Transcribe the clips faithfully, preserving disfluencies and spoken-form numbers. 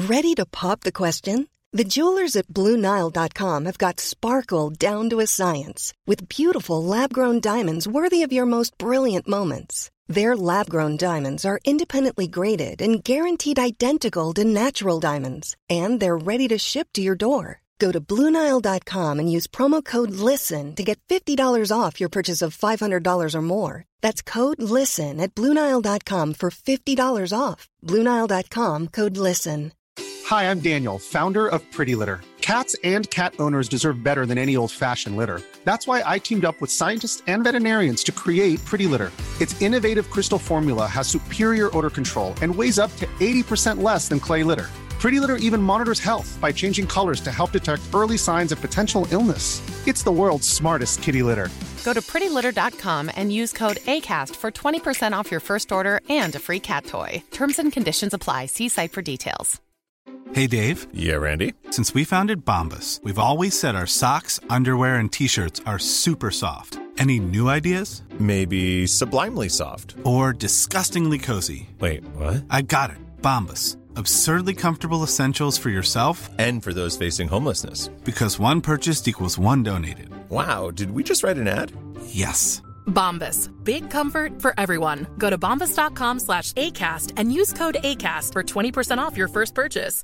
Ready to pop the question? The jewelers at Blue Nile dot com have got sparkle down to a science with beautiful lab-grown diamonds worthy of your most brilliant moments. Their lab-grown diamonds are independently graded and guaranteed identical to natural diamonds, and they're ready to ship to your door. Go to Blue Nile dot com and use promo code LISTEN to get fifty dollars off your purchase of five hundred dollars or more. That's code LISTEN at Blue Nile dot com for fifty dollars off. Blue Nile dot com, code LISTEN. Hi, I'm Daniel, founder of Pretty Litter. Cats and cat owners deserve better than any old-fashioned litter. That's why I teamed up with scientists and veterinarians to create Pretty Litter. Its innovative crystal formula has superior odor control and weighs up to eighty percent less than clay litter. Pretty Litter even monitors health by changing colors to help detect early signs of potential illness. It's the world's smartest kitty litter. Go to pretty litter dot com and use code ACAST for twenty percent off your first order and a free cat toy. Terms and conditions apply. See site for details. Hey, Dave. Yeah, Randy. Since we founded Bombas, we've always said our socks, underwear, and T-shirts are super soft. Any new ideas? Maybe sublimely soft. Or disgustingly cozy. Wait, what? I got it. Bombas. Absurdly comfortable essentials for yourself and for those facing homelessness. Because one purchased equals one donated. Wow, did we just write an ad? Yes. Bombas. Big comfort for everyone. Go to bombas dot com slash ACAST and use code ACAST for twenty percent off your first purchase.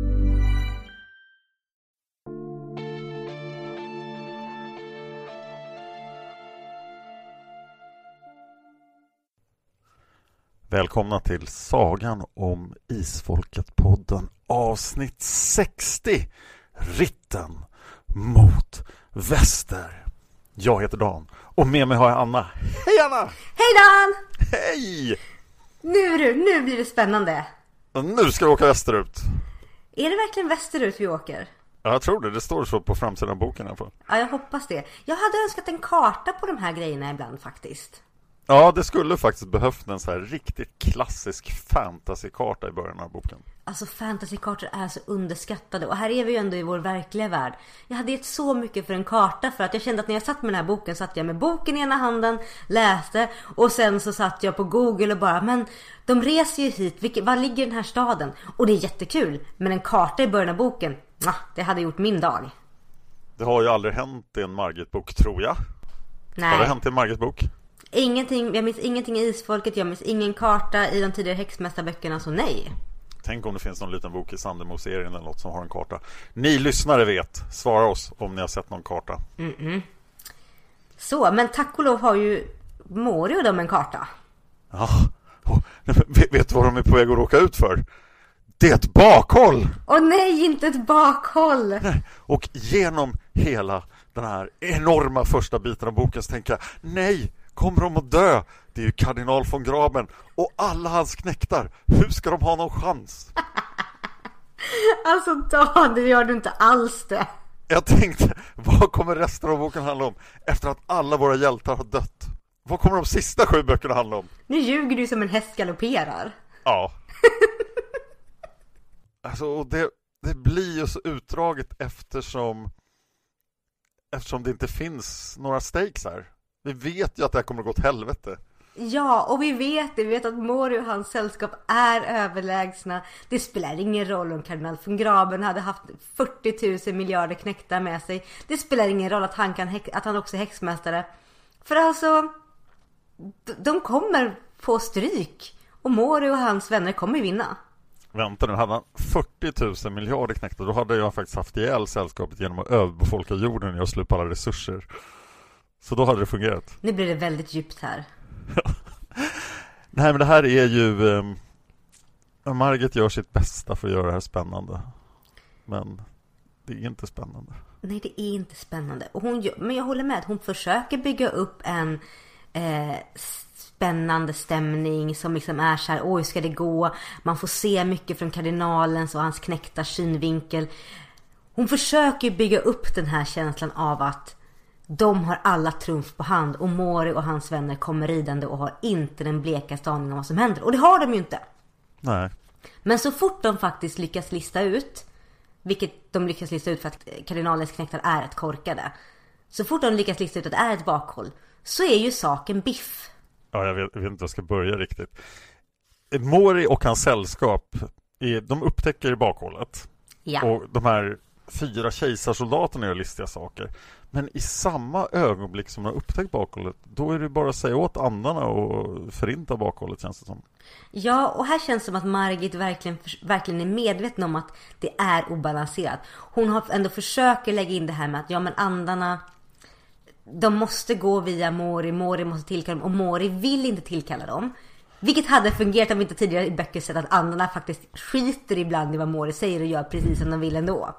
Välkomna till Sagan om Isfolket-podden avsnitt sextio, Ritten mot väster. Jag heter Dan och med mig har jag Anna. Hej Anna! Hej Dan! Hej! Nu, du, nu blir det spännande. Nu ska vi åka västerut. Är det verkligen västerut vi åker? Ja, jag tror det, det står så på framsidan av boken i alla fall. Ja, jag hoppas det. Jag hade önskat en karta på de här grejerna ibland faktiskt. Ja, det skulle faktiskt behövt en så här riktigt klassisk fantasykarta i början av boken. Alltså fantasykartor är så underskattade. Och här är vi ju ändå i vår verkliga värld. Jag hade gett så mycket för en karta. För att jag kände att när jag satt med den här boken satt jag med boken i ena handen, läste. Och sen så satt jag på Google och bara, men de reser ju hit. Vilket, var ligger den här staden? Och det är jättekul. Men en karta i början av boken, det hade gjort min dag. Det har ju aldrig hänt i en Margit-bok, tror jag. Nej. Har det hänt i en Margit-bok? Ingenting, jag minns ingenting i Isfolket. Jag minns ingen karta i de tidigare häxmästarböckerna, så nej. Tänk om det finns någon liten bok i Sandemo-serien eller något som har en karta. Ni lyssnare vet, svara oss om ni har sett någon karta. Mm-mm. Så, men tack och lov har ju Mori och dem en karta. Ja, oh, vet, vet du vad de är på väg att råka ut för? Det är ett bakhåll! Åh nej, inte ett bakhåll! Nej. Och genom hela den här enorma första biten av boken så tänker jag, nej, kommer de att dö? Det är ju kardinal von Graben och alla hans knäktar. Hur ska de ha någon chans? Alltså Dan, det gör du inte alls det. Jag tänkte, vad kommer resten av boken handla om? Efter att alla våra hjältar har dött. Vad kommer de sista sju böckerna handla om? Nu ljuger du som en häst galopperar. Ja. Alltså, och det, det blir ju så utdraget eftersom eftersom det inte finns några stakes här. Vi vet ju att det här kommer att gå åt helvete. Ja, och vi vet det. Vi vet att Mori och hans sällskap är överlägsna. Det spelar ingen roll om kardinal von Graben hade haft fyrtio tusen miljarder knäckta med sig. Det spelar ingen roll att han, kan häx- att han också är häxmästare. För alltså, de kommer få stryk. Och Mori och hans vänner kommer vinna. Vänta nu, hade han fyrtio tusen miljarder knäckta, då hade jag faktiskt haft ihjäl sällskapet genom att överbefolka jorden och slupa alla resurser. Så då hade det fungerat. Nu blir det väldigt djupt här. Nej, men det här är ju um, Margit gör sitt bästa för att göra det här spännande. Men det är inte spännande. Nej, det är inte spännande. Och hon gör, men jag håller med. Hon försöker bygga upp en eh, spännande stämning som liksom är så här, oj, ska det gå? Man får se mycket från kardinalens och hans knäckta synvinkel. Hon försöker bygga upp den här känslan av att de har alla trumf på hand och Mori och hans vänner kommer ridande och har inte den blekaste aning om vad som händer. Och det har de ju inte. Nej. Men så fort de faktiskt lyckas lista ut, vilket de lyckas lista ut för att kardinalens knäktar är ett korkade, så fort de lyckas lista ut att det är ett bakhåll, så är ju saken biff. Ja, jag vet, jag vet inte var jag ska börja riktigt. Mori och hans sällskap är, de upptäcker bakhållet. Ja. Och de här fyra kejsarsoldaterna gör listiga saker. Men i samma ögonblick som de har upptäckt bakhållet, då är det bara att säga åt andarna och förinta bakhållet, känns det som. Ja, och här känns det som att Margit verkligen, verkligen är medveten om att det är obalanserat. Hon har ändå försöker lägga in det här med att ja, men andarna, de måste gå via Mori, Mori måste tillkalla dem och Mori vill inte tillkalla dem. Vilket hade fungerat om vi inte tidigare i böcker sett att andarna faktiskt skiter ibland i vad Mori säger och gör precis som de vill ändå.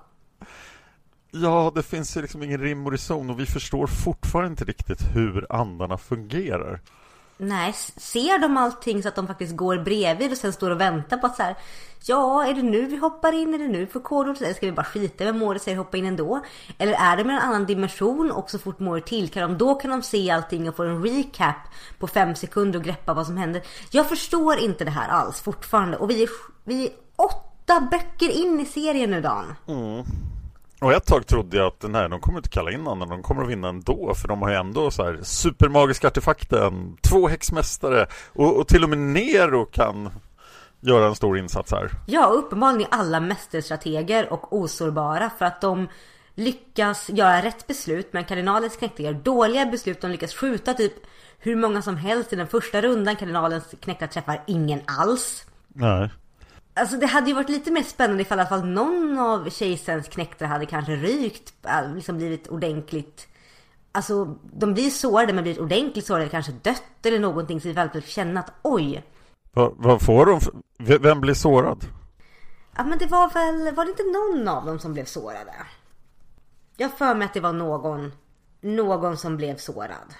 Ja, det finns ju liksom ingen rim och reson och vi förstår fortfarande inte riktigt hur andarna fungerar. Nej, ser de allting så att de faktiskt går bredvid och sen står och väntar på att så här, ja, är det nu vi hoppar in, är det nu för kodord, eller ska vi bara skita med Mori säger hoppa in ändå? Eller är det med en annan dimension och så fort Mori tillkallar dem, då kan de se allting och få en recap på fem sekunder och greppa vad som händer. Jag förstår inte det här alls fortfarande och vi är, vi är åtta böcker in i serien nu, Dan. Mm. Och ett tag trodde jag att nej, de kommer inte kalla in annan, de kommer att vinna ändå, för de har ju ändå så här supermagiska artefakten, två häxmästare och, och till och med Nero kan göra en stor insats här. Ja, uppenbarligen är alla mästerstrateger och osårbara för att de lyckas göra rätt beslut, men kardinalens knektar gör dåliga beslut. De lyckas skjuta typ hur många som helst i den första rundan. Kardinalens knektar träffar ingen alls. Nej. Alltså det hade ju varit lite mer spännande ifall i alla fall någon av kejsarens knektar hade kanske rykt, liksom blivit ordentligt. Alltså de blir sårade men blir ordentligt sårade, kanske dött eller någonting, så vi väl känna att oj. Va, vad får de? För, vem blir sårad? Ja, men det var väl, var det inte någon av dem som blev sårade? Jag för mig att det var någon någon som blev sårad.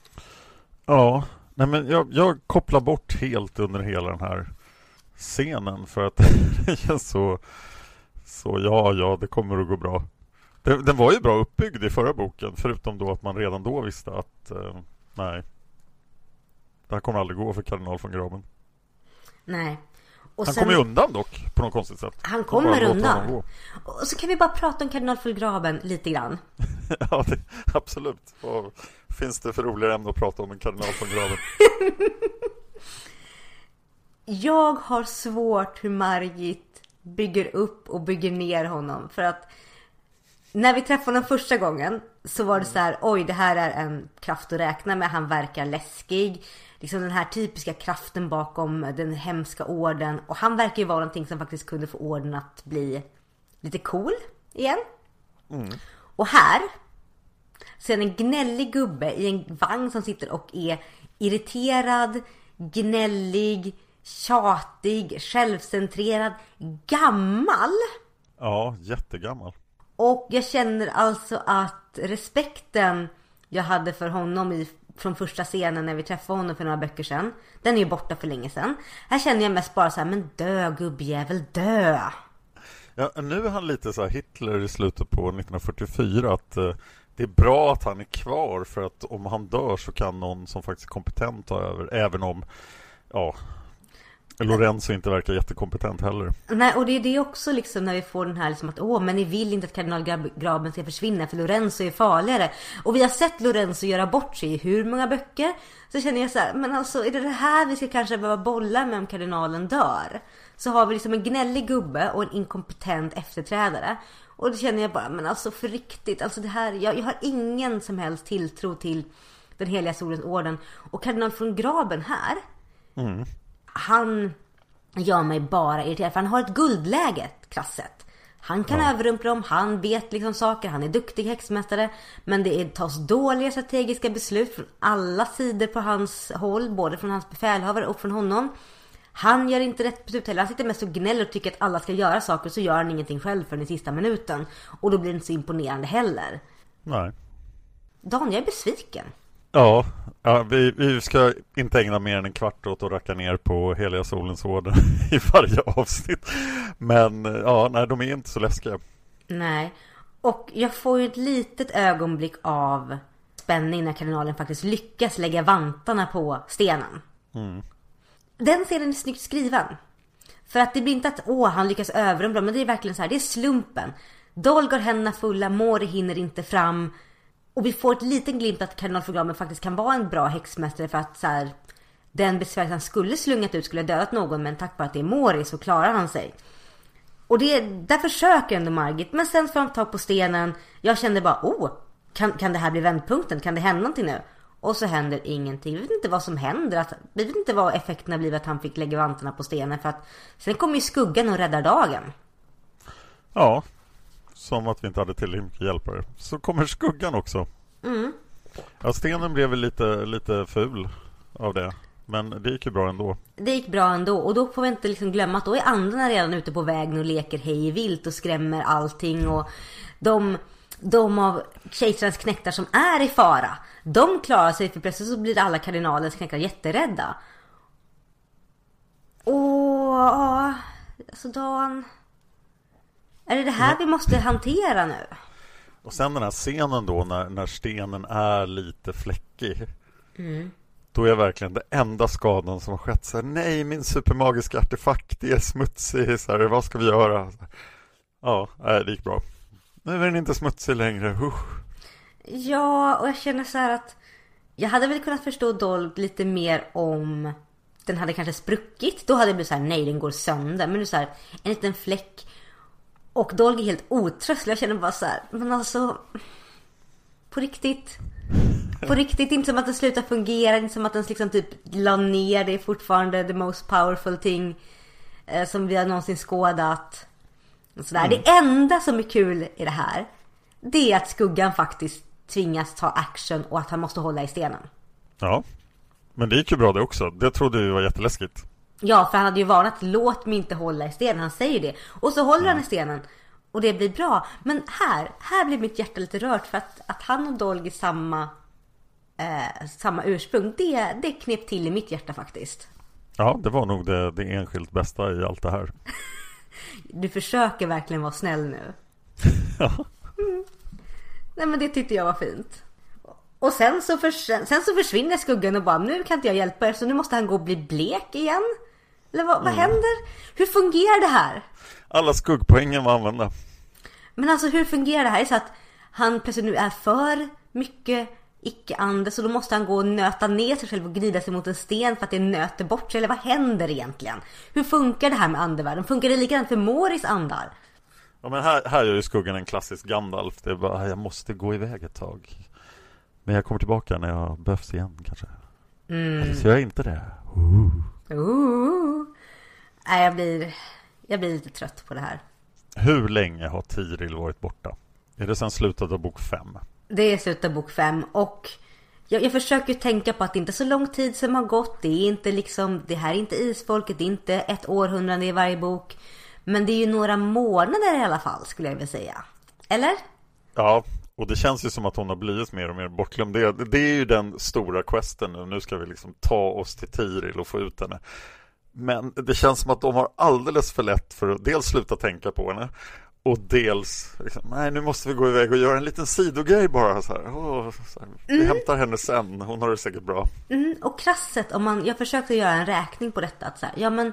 Ja, nej men jag, jag kopplar bort helt under hela den här scenen för att det känns så så ja, ja, det kommer att gå bra. Den, den var ju bra uppbyggd i förra boken, förutom då att man redan då visste att eh, nej, det här kommer aldrig gå för kardinal von Graben. Nej. Och han sen, kommer ju undan dock på något konstigt sätt. Han kommer undan. Och så kan vi bara prata om kardinal von Graben lite grann. Ja, det, absolut. Vad finns det för roligare ämne att prata om en kardinal von Graben? Jag har svårt hur Margit bygger upp och bygger ner honom. För att när vi träffade honom första gången så var det så här, oj, det här är en kraft att räkna med. Han verkar läskig. Liksom den här typiska kraften bakom den hemska orden. Och han verkar ju vara någonting som faktiskt kunde få orden att bli lite cool igen. Mm. Och här ser en gnällig gubbe i en vagn som sitter och är irriterad, gnällig, tjatig, självcentrerad, gammal. Ja, jättegammal. Och jag känner alltså att respekten jag hade för honom i, från första scenen när vi träffade honom för några böcker sedan, den är ju borta för länge sedan. Här känner jag mest bara så här, men dö gubbjävel, dö. Ja, nu är han lite så här Hitler i slutet på nittonhundrafyrtiofyra, att eh, det är bra att han är kvar, för att om han dör så kan någon som faktiskt är kompetent ta över, även om ja, Lorenzo inte verkar jättekompetent heller. Nej, och det är det också liksom när vi får den här liksom att åh, men ni vill inte att kardinal Graben ska försvinna för Lorenzo är farligare. Och vi har sett Lorenzo göra bort sig i hur många böcker. Så känner jag så här, men alltså är det det här vi ska kanske behöva bolla med om kardinalen dör? Så har vi liksom en gnällig gubbe och en inkompetent efterträdare. Och då känner jag bara, men alltså för riktigt, alltså det här, jag, jag har ingen som helst tilltro till den heliga solens orden. Och kardinal von Graben här, mm. han gör mig bara irriterad, för han har ett guldläge krasset. Han kan ja. överrumpla dem, han vet liksom saker, han är duktig häxmästare, men det är, tas dåliga strategiska beslut från alla sidor på hans håll, både från hans befälhavare och från honom. Han gör inte rätt beslut heller. Han sitter mest och gnäller och tycker att alla ska göra saker, så gör han ingenting själv för den sista minuten. Och då blir det inte så imponerande heller. Nej. Dan, jag är besviken. Ja, ja vi, vi ska inte ägna mer än en kvart åt att racka ner på heliga solens orden i varje avsnitt. Men ja, nej, de är inte så läskiga. Nej, och jag får ju ett litet ögonblick av spänning när kardinalen faktiskt lyckas lägga vantarna på stenen. Mm. Den scenen är snyggt skriven. För att det blir inte att åh, han lyckas överrumpla, men det är verkligen så här, det är slumpen. Dolg har händerna fulla, Mori hinner inte fram. Och vi får ett liten glimt att kardinal von Graben faktiskt kan vara en bra häxmästare, för att så här, den besvärjelsen skulle slungat ut skulle ha dödat någon, men tack vare att det är Mori så klarar han sig. Och det, där försöker ändå Margit. Men sen får de ta på stenen. Jag kände bara, oh, kan, kan det här bli vändpunkten? Kan det hända någonting nu? Och så händer ingenting. Vi vet inte vad som händer. Att, vi vet inte vad effekterna blir att han fick lägga vantarna på stenen. För att sen kommer ju skuggan och räddar dagen. Ja, som att vi inte hade tillräckligt mycket hjälpare. Så kommer skuggan också. Mm. Ja, stenen blev väl lite, lite ful av det. Men det gick ju bra ändå. Det gick bra ändå. Och då får vi inte liksom glömma att då är andarna redan ute på vägen och leker hej vilt och skrämmer allting. Och de, de av kejsarens knektar som är i fara, de klarar sig, för plötsligt så blir alla kardinalens knektar jätterädda. Och alltså Dan, är det det här vi måste hantera nu? Och sen den här scenen då när, när stenen är lite fläckig. Mm. Då är verkligen det enda skadan som har skett så här, nej, min supermagiska artefakt är smutsig, så här, vad ska vi göra? Ja, det gick bra. Nu är den inte smutsig längre. Usch. Ja, och jag känner så här att jag hade väl kunnat förstå Dolg lite mer om den hade kanske spruckit. Då hade det blivit så här, nej, den går sönder. Men nu så här, en liten fläck. Och Dolg är helt otröstlig. Jag känner bara så här, men alltså, på riktigt. På riktigt, inte som att den slutar fungera. Inte som att den liksom typ la ner. Det är fortfarande the most powerful thing eh, som vi har någonsin skådat. Sådär. Mm. Det enda som är kul i det här, det är att skuggan faktiskt tvingas ta action och att han måste hålla i stenen. Ja, men det gick ju bra det också. Det trodde jag var jätteläskigt. Ja, för han hade ju varnat, låt mig inte hålla i stenen. Han säger det. Och så håller mm. han i stenen. Och det blir bra. Men här, här blir mitt hjärta lite rört. För att, att han och Dolg är samma, eh, samma ursprung, det, det knep till i mitt hjärta faktiskt. Ja, det var nog det, det enskilt bästa i allt det här. Du försöker verkligen vara snäll nu. Ja. Mm. Nej, men det tyckte jag var fint. Och sen så, för, sen så försvinner skuggan och bara, nu kan inte jag hjälpa er, så nu måste han gå och bli blek igen. Eller vad, vad mm. händer? Hur fungerar det här? Alla skuggpoängen var använda. Men alltså, hur fungerar det här? Är det så att han plötsligt nu är för mycket icke-ande, så då måste han gå och nöta ner sig själv och glida sig mot en sten för att det nöter bort sig? Eller vad händer egentligen? Hur funkar det här med andevärlden? Funkar det likadant för Moris andar? Ja, men här, här är ju skuggan en klassisk Gandalf. Det är bara, jag måste gå iväg ett tag. Men jag kommer tillbaka när jag behövs igen kanske. Mm. Eller så jag är inte det. Uh. Uh. Nej, jag blir, jag blir lite trött på det här. Hur länge har Tiril varit borta? Är det sedan slutet av bok fem? Det är slutet av bok fem. Och jag, jag försöker tänka på att det inte är så lång tid som har gått. Det är inte liksom, det här är inte isfolket. Det är inte ett århundrade i varje bok. Men det är ju några månader i alla fall, skulle jag vilja säga. Eller? Ja, och det känns ju som att hon har blivit mer och mer bortglömd. Det, det är ju den stora questen nu. Nu ska vi liksom ta oss till Tiril och få ut henne. Men det känns som att de har alldeles för lätt för att dels sluta tänka på henne. Och dels, liksom, nej, nu måste vi gå iväg och göra en liten sidogrej bara. Så här. Oh, så här. Vi mm. hämtar henne sen, hon har det säkert bra. Mm, och krasset, om man, jag försökte göra en räkning på detta. Att så här, ja men,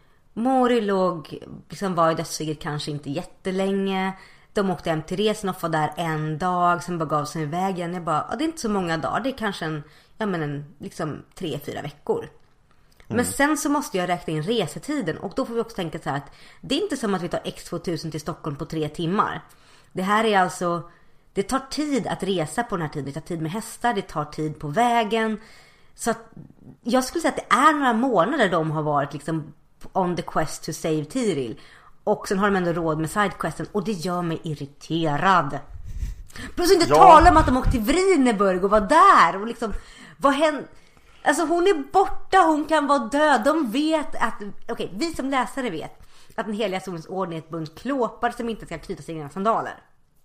Mori låg, liksom var i dödsriket kanske inte jättelänge. De åkte hem till resan och var där en dag, sen bara gav sig iväg igen. Jag bara, ja, det är inte så många dagar, det är kanske en, ja men en, liksom tre, fyra veckor. Mm. Men sen så måste jag räkna in resetiden. Och då får vi också tänka så här att det är inte som att vi tar X tvåtusen till Stockholm på tre timmar. Det här är alltså, det tar tid att resa på den här tiden. Det tar tid med hästar, det tar tid på vägen. Så att jag skulle säga att det är några månader de har varit liksom on the quest to save Tiril. Och sen har de ändå råd med sidequesten. Och det gör mig irriterad. Plus inte ja. tala om att de åkte till Vrineburg och var där. Och liksom, vad händer? Alltså hon är borta, hon kan vara död. De vet att, okej, okay, vi som läsare vet att den heliga solens orden är ett bunt klåpar som inte ska knyta sig i sina sandaler.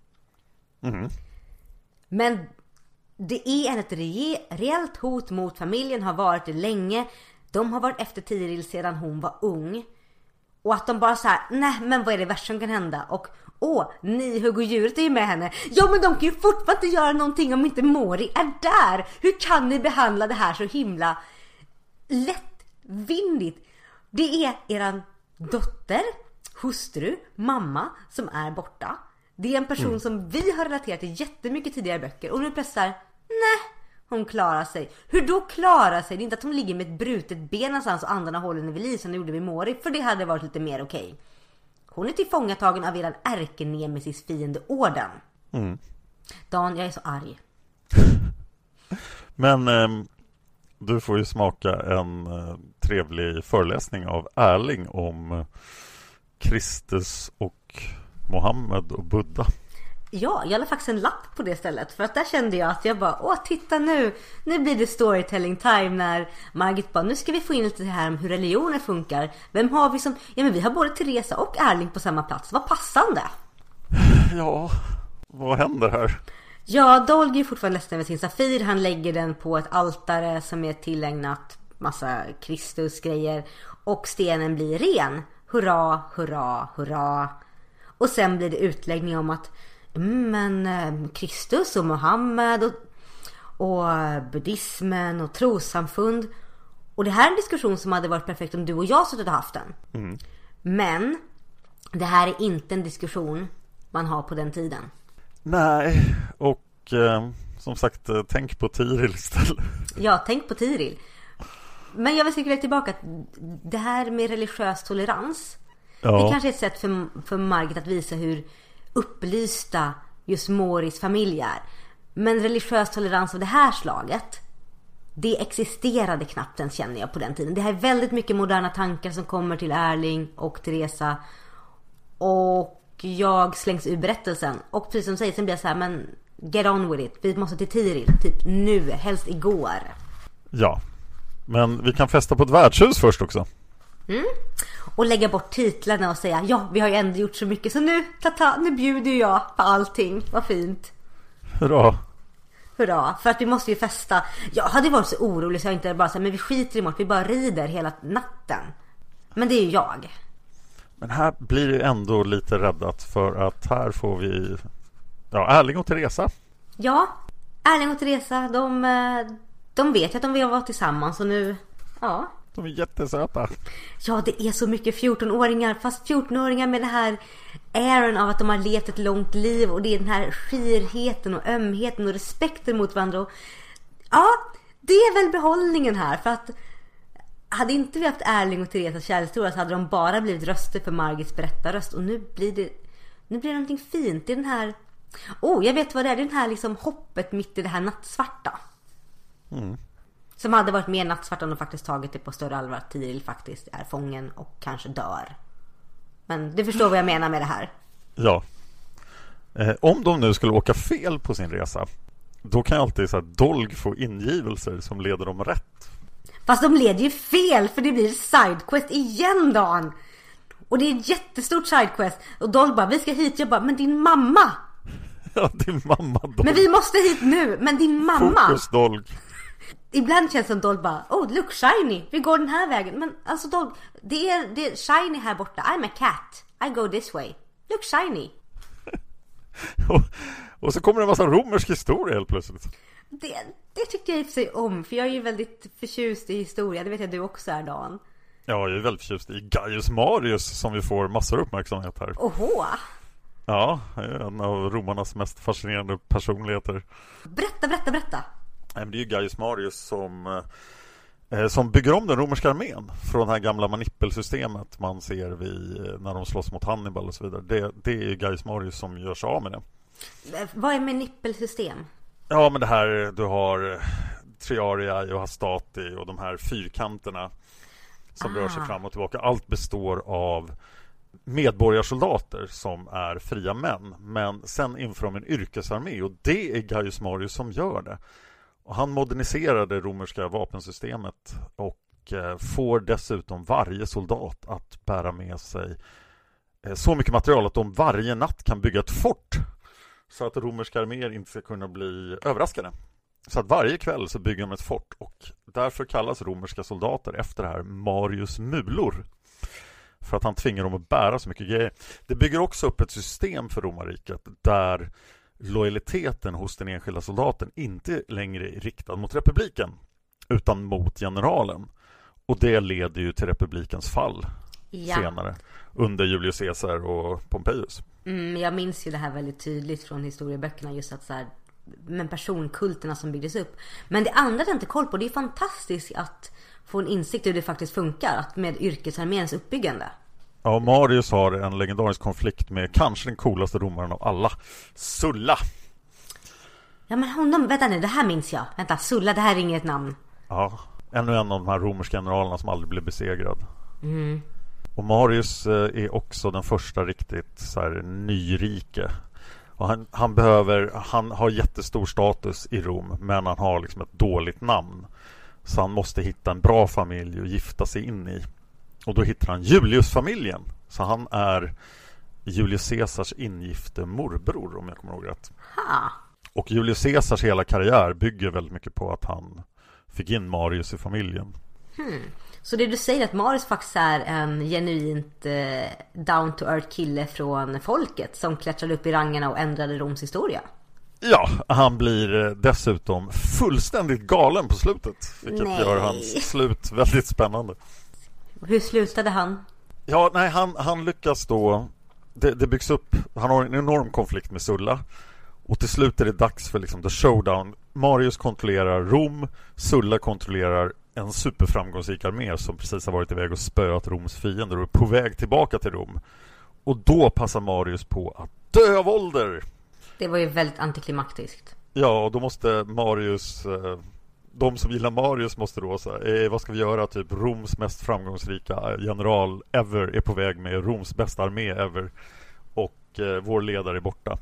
Mm. Men det är ett re- reellt hot mot familjen, har varit det länge. De har varit efter Tiril sedan hon var ung. Och att de bara så här, nej men vad är det värsta som kan hända? Och åh, ni hugg och djuret är ju med henne. Ja men de kan ju fortfarande inte göra någonting om inte Mori är där. Hur kan ni behandla det här så himla lättvindigt? Det är eran dotter, hustru, mamma som är borta. Det är en person mm. som vi har relaterat till jättemycket tidigare böcker. Och nu plötsligt så här, nej, hon klarar sig. Hur då klarar sig? Det är inte att hon ligger med ett brutet ben någonstans och andarna håller henne vid liv som det gjorde vid Mori. För det hade varit lite mer okej. Hon är tillfångatagen av eran ärkenemesis fiende orden. Mm. Dan, jag är så arg. Men eh, du får ju smaka en eh, trevlig föreläsning av Erling om eh, Kristus och Mohammed och Buddha. Ja, jag la faktiskt en lapp på det stället. För att där kände jag att jag bara, åh titta nu. Nu blir det storytelling time när Margit bara, nu ska vi få in lite här om hur religioner funkar. Vem har vi som, ja men vi har både Teresa och Erling på samma plats. Vad passande. Ja, vad händer här? Ja, Dolg är fortfarande ledsen med sin Safir. Han lägger den på ett altare som är tillägnat massa Kristus-grejer. Och stenen blir ren. Hurra, hurra, hurra. Och sen blir det utläggning om att mm, men Kristus och Mohammed och, och buddhismen och trossamfund. Och det här är en diskussion som hade varit perfekt om du och jag suttit och haft den. Mm. Men det här är inte en diskussion man har på den tiden. Nej, och eh, som sagt, eh, tänk på Tiril istället. Ja, tänk på Tiril. Men jag vill cirkulera tillbaka att det här med religiös tolerans, ja. Det kanske är ett sätt för, för Margit att visa hur upplysta just Moris familj är. Men religiös tolerans av det här slaget, det existerade knappt ens, känner jag, på den tiden. Det här är väldigt mycket moderna tankar som kommer till Erling och Teresa. Och jag slängs ur berättelsen. Och precis som säger, sen blir jag så här, men get on with it. Vi måste till Tiril, typ nu, helst igår. Ja, men vi kan festa på ett värdshus först också. Mm. Och lägga bort titlarna och säga, ja, vi har ju ändå gjort så mycket, så nu, tata, nu bjuder jag på allting. Vad fint. Hurra. Hurra, för att vi måste ju festa. Jag hade varit så orolig så jag inte bara så här, men vi skiter i mort, vi bara rider hela natten. Men det är ju jag. Men här blir det ändå lite räddat, för att här får vi, ja, Erling och Teresa. Ja, Erling och Teresa, de, de vet att de vill vara tillsammans och nu, ja. De är jättesöta. Ja, det är så mycket fjortonåringar, fast fjortonåringar med det här äran av att de har levt ett långt liv, och det är den här skirheten och ömheten och respekten mot varandra. Och, ja, det är väl behållningen här, för att hade inte vi haft Erling och Teresas kärlekshistoria så hade de bara blivit röster för Margits berättarröst, och nu blir det nu blir det någonting fint. Det är den här, oh, jag vet vad det är, det är den här liksom hoppet mitt i det här nattsvarta. Mm. Som hade varit mer nattsvart om de faktiskt tagit det på större allvar att Tiril faktiskt är fången och kanske dör. Men du förstår vad jag menar med det här. Ja. Eh, om de nu skulle åka fel på sin resa, då kan alltid så här Dolg få ingivelser som leder dem rätt. Fast de leder ju fel, för det blir sidequest igen, Dan. Och det är ett jättestort sidequest. Och Dolg bara, vi ska hit. Jag bara, men din mamma. Ja, din mamma, Dolg. Men vi måste hit nu, men din mamma. Fokus, Dolg. Ibland känns det som Dolg bara, oh look shiny, vi går den här vägen. Men alltså Dolg, det är, det är shiny här borta. I'm a cat, I go this way. Look shiny. och, och så kommer det en massa romersk historia helt plötsligt. Det, det tycker jag i sig om, för jag är ju väldigt förtjust i historia. Det vet jag du också är, Dan. Ja, jag är väldigt förtjust i Gaius Marius, som vi får massor uppmärksamhet här. Oho. Ja, en av romarnas mest fascinerande personligheter. Berätta, berätta, berätta. Det är ju Gaius Marius som, eh, som bygger om den romerska armén från det här gamla manipelsystemet man ser vid, när de slåss mot Hannibal och så vidare. Det, det är Gaius Marius som gör sig av med det. Vad är manipelsystem? Ja, men det här, du har Triarii och Hastati och de här fyrkanterna som ah. rör sig fram och tillbaka. Allt består av medborgarsoldater som är fria män, men sen inför de en yrkesarmé, och det är Gaius Marius som gör det. Och han moderniserar det romerska vapensystemet och eh, får dessutom varje soldat att bära med sig eh, så mycket material att de varje natt kan bygga ett fort, så att romerska arméer inte ska kunna bli överraskade. Så att varje kväll så bygger de ett fort, och därför kallas romerska soldater efter det här Marius mulor. För att han tvingar dem att bära så mycket grejer. Det bygger också upp ett system för romarriket där lojaliteten hos den enskilda soldaten inte längre är riktad mot republiken utan mot generalen. Och det leder ju till republikens fall ja. senare under Julius Caesar och Pompeius. Mm, jag minns ju det här väldigt tydligt från historieböckerna, just att så här, men personkulterna som byggdes upp. Men det andra jag inte koll på, det är fantastiskt att få en insikt hur det faktiskt funkar att med yrkesarméns uppbyggande. Ja, Marius har en legendarisk konflikt med kanske den coolaste romaren av alla, Sulla. Ja, men honom, vänta nu, det här minns jag. Vänta, Sulla, det här är inget namn. Ja, ännu en av de här romerska generalerna som aldrig blev besegrad. Mm. Och Marius är också den första riktigt så här nyrike. Och han, han behöver, han har jättestor status i Rom, men han har liksom ett dåligt namn. Så han måste hitta en bra familj att gifta sig in i. Och då hittar han Julius-familjen. Så han är Julius Caesars ingifte morbror, om jag kommer ihåg rätt. Ha. Och Julius Caesars hela karriär bygger väldigt mycket på att han fick in Marius i familjen. Hmm. Så det du säger att Marius faktiskt är en genuint eh, down-to-earth kille från folket som klättrade upp i rangerna och ändrade Roms historia? Ja, han blir dessutom fullständigt galen på slutet. Vilket Nej. gör hans slut väldigt spännande. Hur slutade han? Ja, nej, han, han lyckas då. Det, det byggs upp. Han har en enorm konflikt med Sulla. Och till slut är det dags för liksom the showdown. Marius kontrollerar Rom. Sulla kontrollerar en superframgångsrik armé som precis har varit iväg och spöat Roms fiender och är på väg tillbaka till Rom. Och då passar Marius på att dö av ålder. Det var ju väldigt antiklimaktiskt. Ja, och då måste Marius... De som gillar Marius måste då säga, eh, vad ska vi göra? Typ Roms mest framgångsrika general ever är på väg med Roms bästa armé ever. Och eh, vår ledare är borta.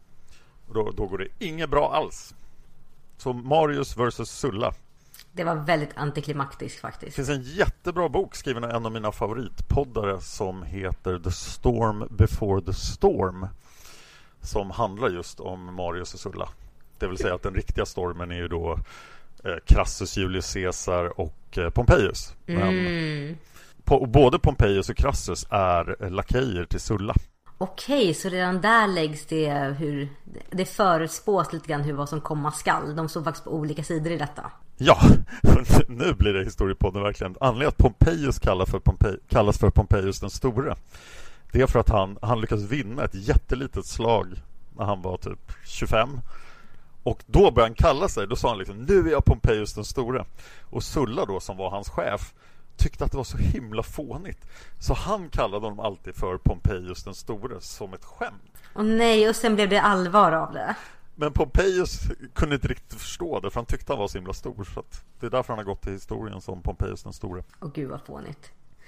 Då, då går det inget bra alls. Så Marius versus Sulla. Det var väldigt antiklimaktiskt faktiskt. Det finns en jättebra bok skriven av en av mina favoritpoddare som heter The Storm Before the Storm. Som handlar just om Marius och Sulla. Det vill säga att den riktiga stormen är ju då eh, Crassus, Julius Caesar och eh, Pompeius. Men Mm. po- både Pompeius och Crassus är eh, lakejer till Sulla. Okej, så redan där läggs det hur det förutspås lite grann hur vad som komma skall. De står faktiskt på olika sidor i detta. Ja, nu blir det historiepodden verkligen. Anledningen att Pompeius kallas för, Pompe- kallas för Pompeius den store, det är för att han, han lyckas vinna ett jättelitet slag när han var typ tjugofem. Och då började han kalla sig, då sa han liksom, nu är jag Pompeius den store. Och Sulla då, som var hans chef, tyckte att det var så himla fånigt. Så han kallade honom alltid för Pompeius den store som ett skämt. Och nej, och sen blev det allvar av det. Men Pompeius kunde inte riktigt förstå det, för han tyckte han var så himla stor. Så att det är därför han har gått till historien som Pompeius den store. Och gud vad fånigt.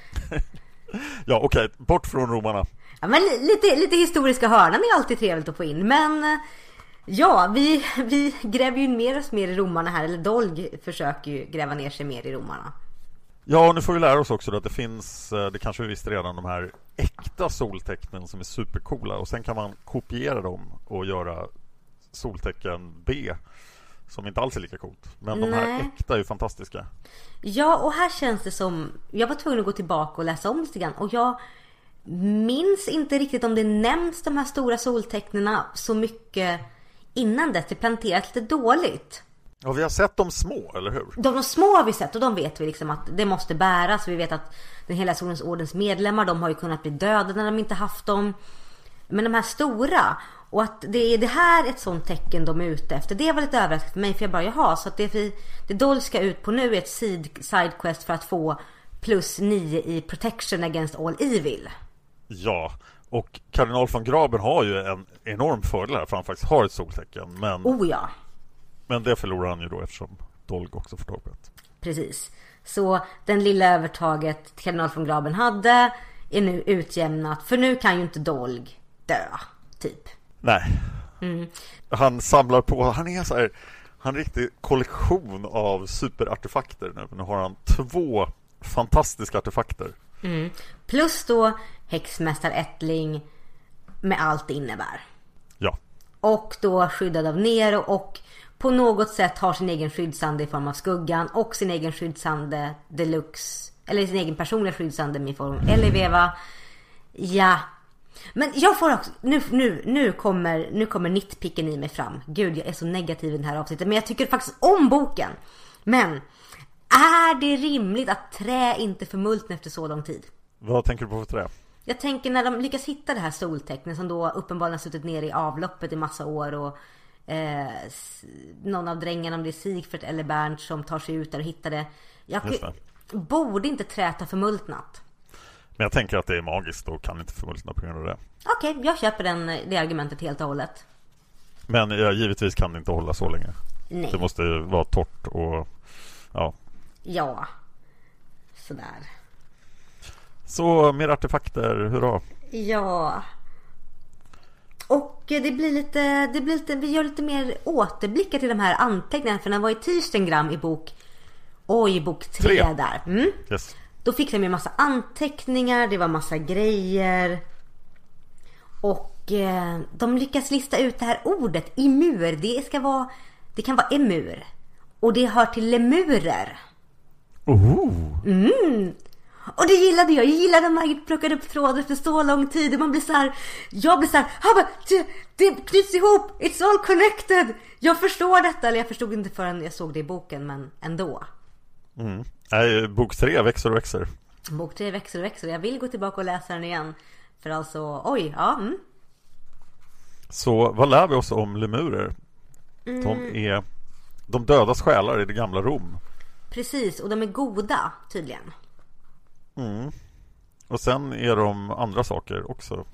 Ja, okej, okay, bort från romarna. Ja, men lite, lite historiska hörnan är alltid trevligt att få in. Men ja, vi, vi gräver ju mer och mer i romarna här. Eller Dolg försöker ju gräva ner sig mer i romarna. Ja, nu får vi lära oss också att det finns, det kanske vi visste redan, de här äkta soltecknen som är supercoola. Och sen kan man kopiera dem och göra soltecken B som inte alls är lika coolt. Men de här Nej. äkta är ju fantastiska. Ja, och här känns det som... Jag var tvungen att gå tillbaka och läsa om lite grann. Och jag minns inte riktigt om det nämns de här stora soltecknena så mycket innan det. Det planterat lite dåligt. Ja, vi har sett de små, eller hur? De, de små har vi sett och de vet vi liksom att det måste bäras. Vi vet att den hela Solens ordens medlemmar, de har ju kunnat bli döda när de inte haft dem. Men de här stora, och att det är det här ett sånt tecken de är ute efter, det var lite överraskande för mig, för jag bara, jaha, så att det, vi, det Dolg ska ut på nu är ett side quest för att få plus nio i protection against all evil. Ja, och kardinal von Graben har ju en enorm fördel här, för han faktiskt har ett soltecken. Men, Oh ja, men det förlorar han ju då eftersom Dolg också får tag på det. precis. Så den lilla övertaget kardinal von Graben hade är nu utjämnat, för nu kan ju inte Dolg dö, typ. Nej. Mm. Han samlar på, han är så här, han är en riktig kollektion av superartefakter nu. Nu har han två fantastiska artefakter. Mm. Plus då häxmästarättling med allt det innebär. Ja. Och då skyddad av Nero och på något sätt har sin egen skyddsande i form av skuggan och sin egen skyddsande deluxe, eller sin egen personliga skyddsande i form av Eliveva. Ja. Men jag får också, nu, nu, nu kommer nu kommer nitpicken i mig fram. Gud, jag är så negativ i den här avsnittet. Men jag tycker faktiskt om boken. Men är det rimligt att trä inte förmultna efter så lång tid? Vad tänker du på för trä? Jag tänker när de lyckas hitta det här soltecknet som då uppenbarligen har suttit ner i avloppet i massa år och eh, någon av drängarna, om det är Sigfrid eller Bernt, som tar sig ut där och hittar det. Jag Just det. borde inte träta förmultnat. Men jag tänker att det är magiskt och kan inte förmultna på grund av det. Okej, okay, jag köper den, det argumentet helt och hållet. Men ja, givetvis kan det inte hålla så länge. Nej. Det måste vara torrt och ja. Ja, sådär. Så mer artefakter, hurra. Ja. Och det blir lite, det blir lite, vi gör lite mer återblickar till de här anteckningarna. För den var i Tirstengram i bok, oj, bok tre, tre. där. Mm. Yes. Då fick de ju massa anteckningar, det var massa grejer. Och eh, de lyckas lista ut det här ordet, imur. Det ska vara, det kan vara emur. Och det hör till lemurer. Oh. Mm. Och det gillade jag. Jag gillade att Margit plockade upp trådar för så lång tid. Och man blir så här, jag blir så här, bara, det, det knyts ihop. It's all connected. Jag förstår detta. Eller jag förstod inte förrän jag såg det i boken, men ändå. Mm. Nej, bok tre växer och växer. Bok tre växer och växer. Jag vill gå tillbaka och läsa den igen. För alltså, oj, ja. Mm. Så vad lär vi oss om lemurer? Mm. De är de dödas själar i det gamla Rom. Precis, och de är goda tydligen. Mm. Och sen är de andra saker också.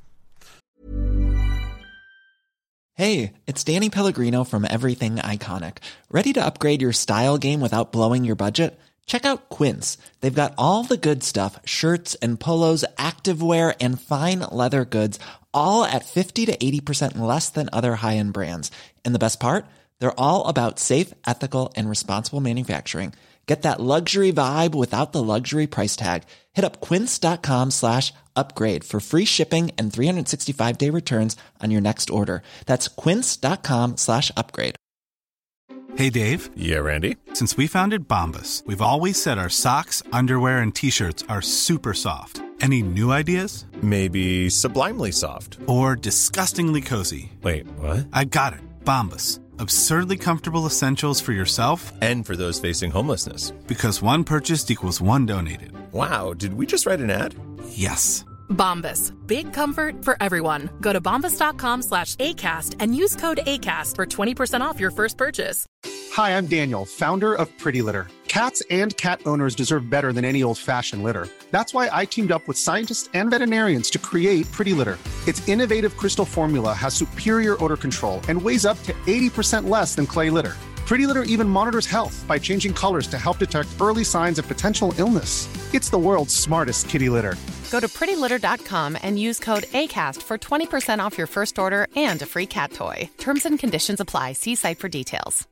Hey, it's Danny Pellegrino from Everything Iconic. Ready to upgrade your style game without blowing your budget? Check out Quince. They've got all the good stuff, shirts and polos, activewear and fine leather goods, all at fifty to eighty percent less than other high-end brands. And the best part? They're all about safe, ethical, and responsible manufacturing. Get that luxury vibe without the luxury price tag. Hit up quince.com slash upgrade for free shipping and three sixty-five day returns on your next order. That's quince.com slash upgrade. Hey, Dave. Yeah, Randy. Since we founded Bombas, we've always said our socks, underwear, and T-shirts are super soft. Any new ideas? Maybe sublimely soft. Or disgustingly cozy. Wait, what? I got it. Bombas. Absurdly comfortable essentials for yourself and for those facing homelessness. Because one purchased equals one donated. Wow, did we just write an ad? Yes. Bombas. Big comfort for everyone. Go to bombas.com slash ACAST and use code ACAST for twenty percent off your first purchase. Hi, I'm Daniel, founder of Pretty Litter. Cats and cat owners deserve better than any old-fashioned litter. That's why I teamed up with scientists and veterinarians to create Pretty Litter. Its innovative crystal formula has superior odor control and weighs up to eighty percent less than clay litter. Pretty Litter even monitors health by changing colors to help detect early signs of potential illness. It's the world's smartest kitty litter. Go to pretty litter dot com and use code ACAST for twenty percent off your first order and a free cat toy. Terms and conditions apply. See site for details.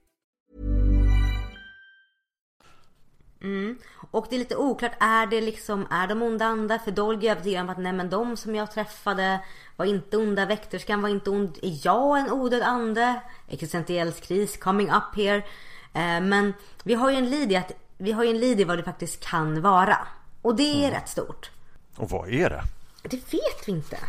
Mm. Och det är lite oklart, är det liksom, är de onda andar? För Dolgy är övertygad om att nej, men de som jag träffade var inte onda, väkterskan var inte ond. Är jag en odöd ande? Existentiell kris coming up here. eh, Men vi har ju en lead i att vi har ju en lead i vad det faktiskt kan vara. Och det är mm. rätt stort. Och vad är det? Det vet vi inte.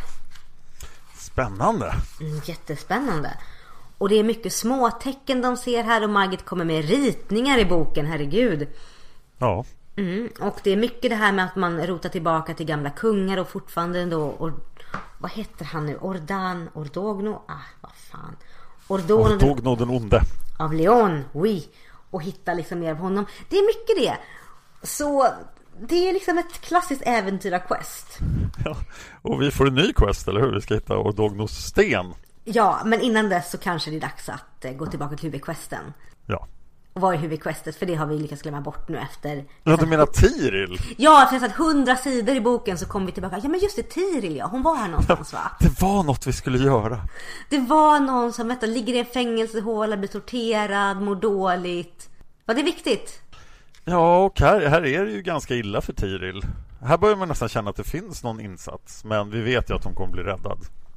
Spännande. mm, Jättespännande. Och det är mycket små tecken de ser här. Och Margit kommer med ritningar i boken, herregud. Ja. Mm, och det är mycket det här med att man rotar tillbaka till gamla kungar och fortfarande då, och vad heter han nu? Ordan, Ordogno, ah, vad fan. Ordogno, Ordogno den onde. Av Leon, oui. Och hitta liksom mer av honom. Det är mycket det. Så det är liksom ett klassiskt äventyra-quest. Ja, och vi får en ny quest, eller hur? Vi ska hitta Ordognos sten. Ja, men innan dess så kanske det är dags att eh, gå tillbaka till huvudquesten. Ja. Och vad är huvudquestet? För det har vi lyckats glömma bort nu efter... Ja, du menar Tiril? Ja, efter att hundra sidor i boken så kom vi tillbaka. Ja, men just det, Tiril, ja. Hon var här någonstans, va? Det var något vi skulle göra. Det var någon som vet, ligger i en fängelsehåla, blir torterad, mår dåligt. Var det viktigt? Ja, och här, här är det ju ganska illa för Tiril. Här börjar man nästan känna att det finns någon insats. Men vi vet ju att hon kommer bli räddad.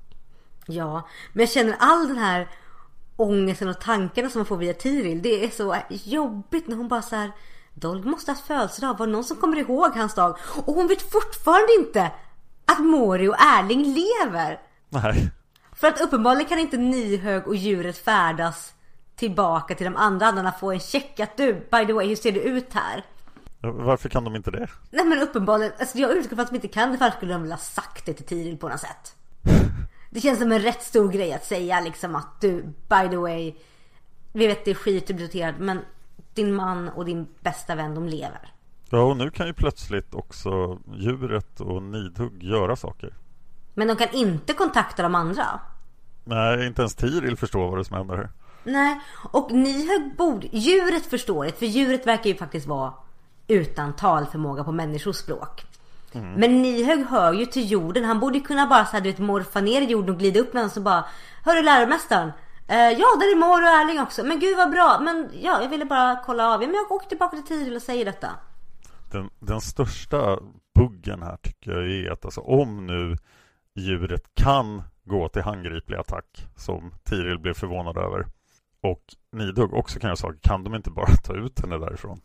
Ja, men jag känner all den här ångesten och tankarna som man får via Tiril. Det är så jobbigt när hon bara så här: Dolg måste ha födelsedag. Var det någon som kommer ihåg hans dag? Och hon vet fortfarande inte att Mori och Erling lever. Nej. För att uppenbarligen kan inte Nihög och djuret färdas tillbaka till de andra andarna, få en check att du, by the way, hur ser det ut här? Varför kan de inte det? Nej, men uppenbarligen, alltså jag utgår från att de inte kan det, för att skulle de vilja sagt det till Tiril på något sätt. Det känns som en rätt stor grej att säga liksom att du, by the way, vi vet det är skit du blir torterad, men din man och din bästa vän, de lever. Ja, och nu kan ju plötsligt också djuret och Nidhugg göra saker. Men de kan inte kontakta de andra. Nej, inte ens Tiril förstår vad det som händer här. Nej, och Nidhugg borde... Djuret förstår det, för djuret verkar ju faktiskt vara utan talförmåga på människors språk. Mm. Men Nidhugg hör ju till jorden. Han borde kunna bara så här, du vet, morfa ner i jorden och glida upp med honom och så bara... Hör du läromästaren? Eh, ja, där är Mor och Erling också. Men gud vad bra. Men ja, jag ville bara kolla av. Men jag åker tillbaka till Tiril och säger detta. Den, den största buggen här tycker jag är att alltså, om nu djuret kan gå till handgriplig attack, som Tiril blev förvånad över, och Nidhugg också kan jag säga, kan de inte bara ta ut henne därifrån?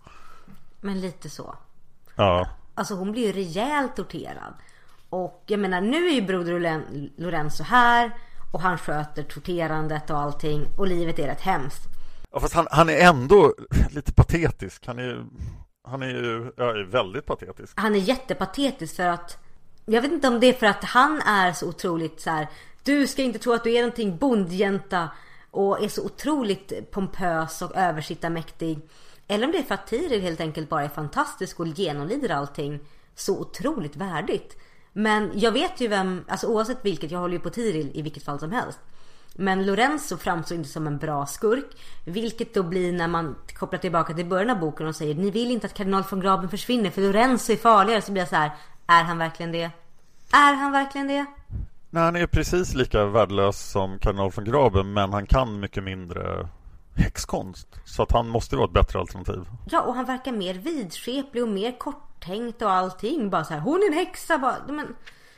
Men lite så. Ja. Alltså hon blir ju rejält torterad. Och jag menar, nu är ju broder Lorenzo här och han sköter torterandet och allting, och livet är rätt hemskt. Ja, fast han, han är ändå lite patetisk. Han är, han är ju ja, är väldigt patetisk. Han är jättepatetisk för att, jag vet inte om det är för att han är så otroligt så här: du ska inte tro att du är någonting bondjänta, och är så otroligt pompös och översittarmäktig. Eller om det är för att Tiril helt enkelt bara är fantastisk och genomlider allting så otroligt värdigt. Men jag vet ju vem, alltså oavsett vilket, jag håller ju på Tiril i vilket fall som helst. Men Lorenzo framstår inte som en bra skurk, vilket då blir när man kopplar tillbaka till början av boken och säger ni vill inte att kardinal von Graben försvinner för Lorenzo är farligare, så blir jag så här: är han verkligen det? Är han verkligen det? Nej, han är precis lika värdelös som kardinal von Graben, men han kan mycket mindre häxkonst, så att han måste vara ett bättre alternativ. Ja, och han verkar mer vidskeplig och mer korttänkt och allting. Bara så här, hon är en häxa. Bara, men,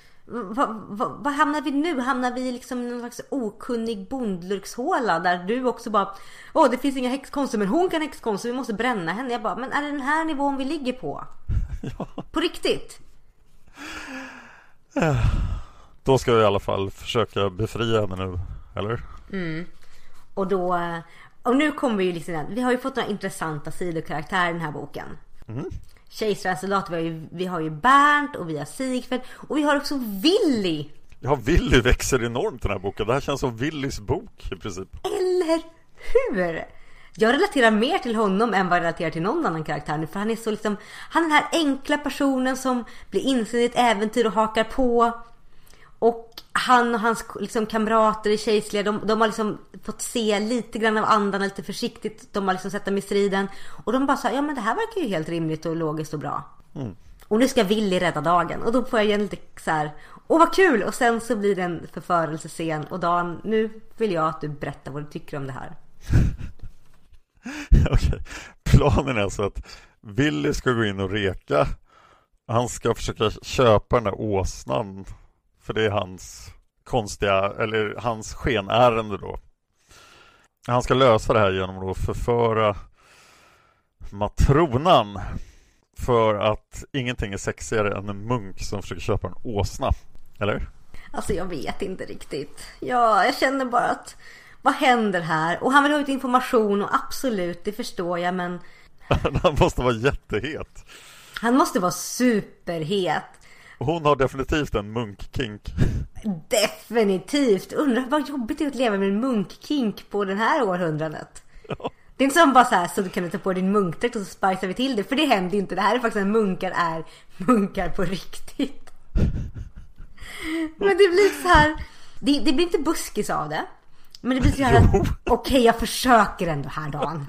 vad, vad, vad hamnar vi nu? Hamnar vi liksom i någon slags okunnig bondlurkshåla där du också bara, åh, det finns inga häxkonster, men hon kan häxkonster, vi måste bränna henne. Jag bara, men är det den här nivån vi ligger på? Ja. På riktigt? Ja. Då ska vi i alla fall försöka befria henne nu, eller? Mm. Och då... Och nu kommer vi ju liksom, vi har ju fått några intressanta sidokaraktärer i den här boken. Mm. Kejsarens soldat, vi har ju, vi har ju Bernt och vi har Sigfrid och vi har också Willy. Ja, Willy växer enormt i den här boken. Det här känns som Willys bok i princip. Eller hur? Jag relaterar mer till honom än vad jag relaterar till någon annan karaktär nu, för han är så liksom, han är den här enkla personen som blir insatt i ett äventyr och hakar på. Och han och hans liksom kamrater i kejsliga, de, de har liksom fått se lite grann av andan, lite försiktigt. De har liksom sett dem i striden. Och de bara sa, ja men det här verkar ju helt rimligt och logiskt och bra. Mm. Och nu ska Willy rädda dagen. Och då får jag igen lite så här, åh vad kul. Och sen så blir det en förförelsescen. Och Dan, nu vill jag att du berättar vad du tycker om det här. Okej, planen är alltså att Willy ska gå in och reka. Han ska försöka köpa den där åsnan, för det är hans konstiga, eller hans skenärende då. Han ska lösa det här genom att förföra matronan, för att ingenting är sexigare än en munk som försöker köpa en åsna, eller? Alltså jag vet inte riktigt. Ja, jag känner bara att vad händer här? Och han vill ha ut information, och absolut, det förstår jag, men han måste vara jättehet. Han måste vara superhet. Hon har definitivt en munkkink. Definitivt. Undrar vad jobbigt det är att leva med en munkkink på den här århundradet. Ja. Det är inte som bara så här, så du kan ta på din munkdräkt och så spicar vi till det. För det händer inte. Det här är faktiskt en munkar är munkar på riktigt. Men det blir så här, det, det blir inte buskis av det. Men det blir så här, okej, okay, jag försöker ändå här dagen.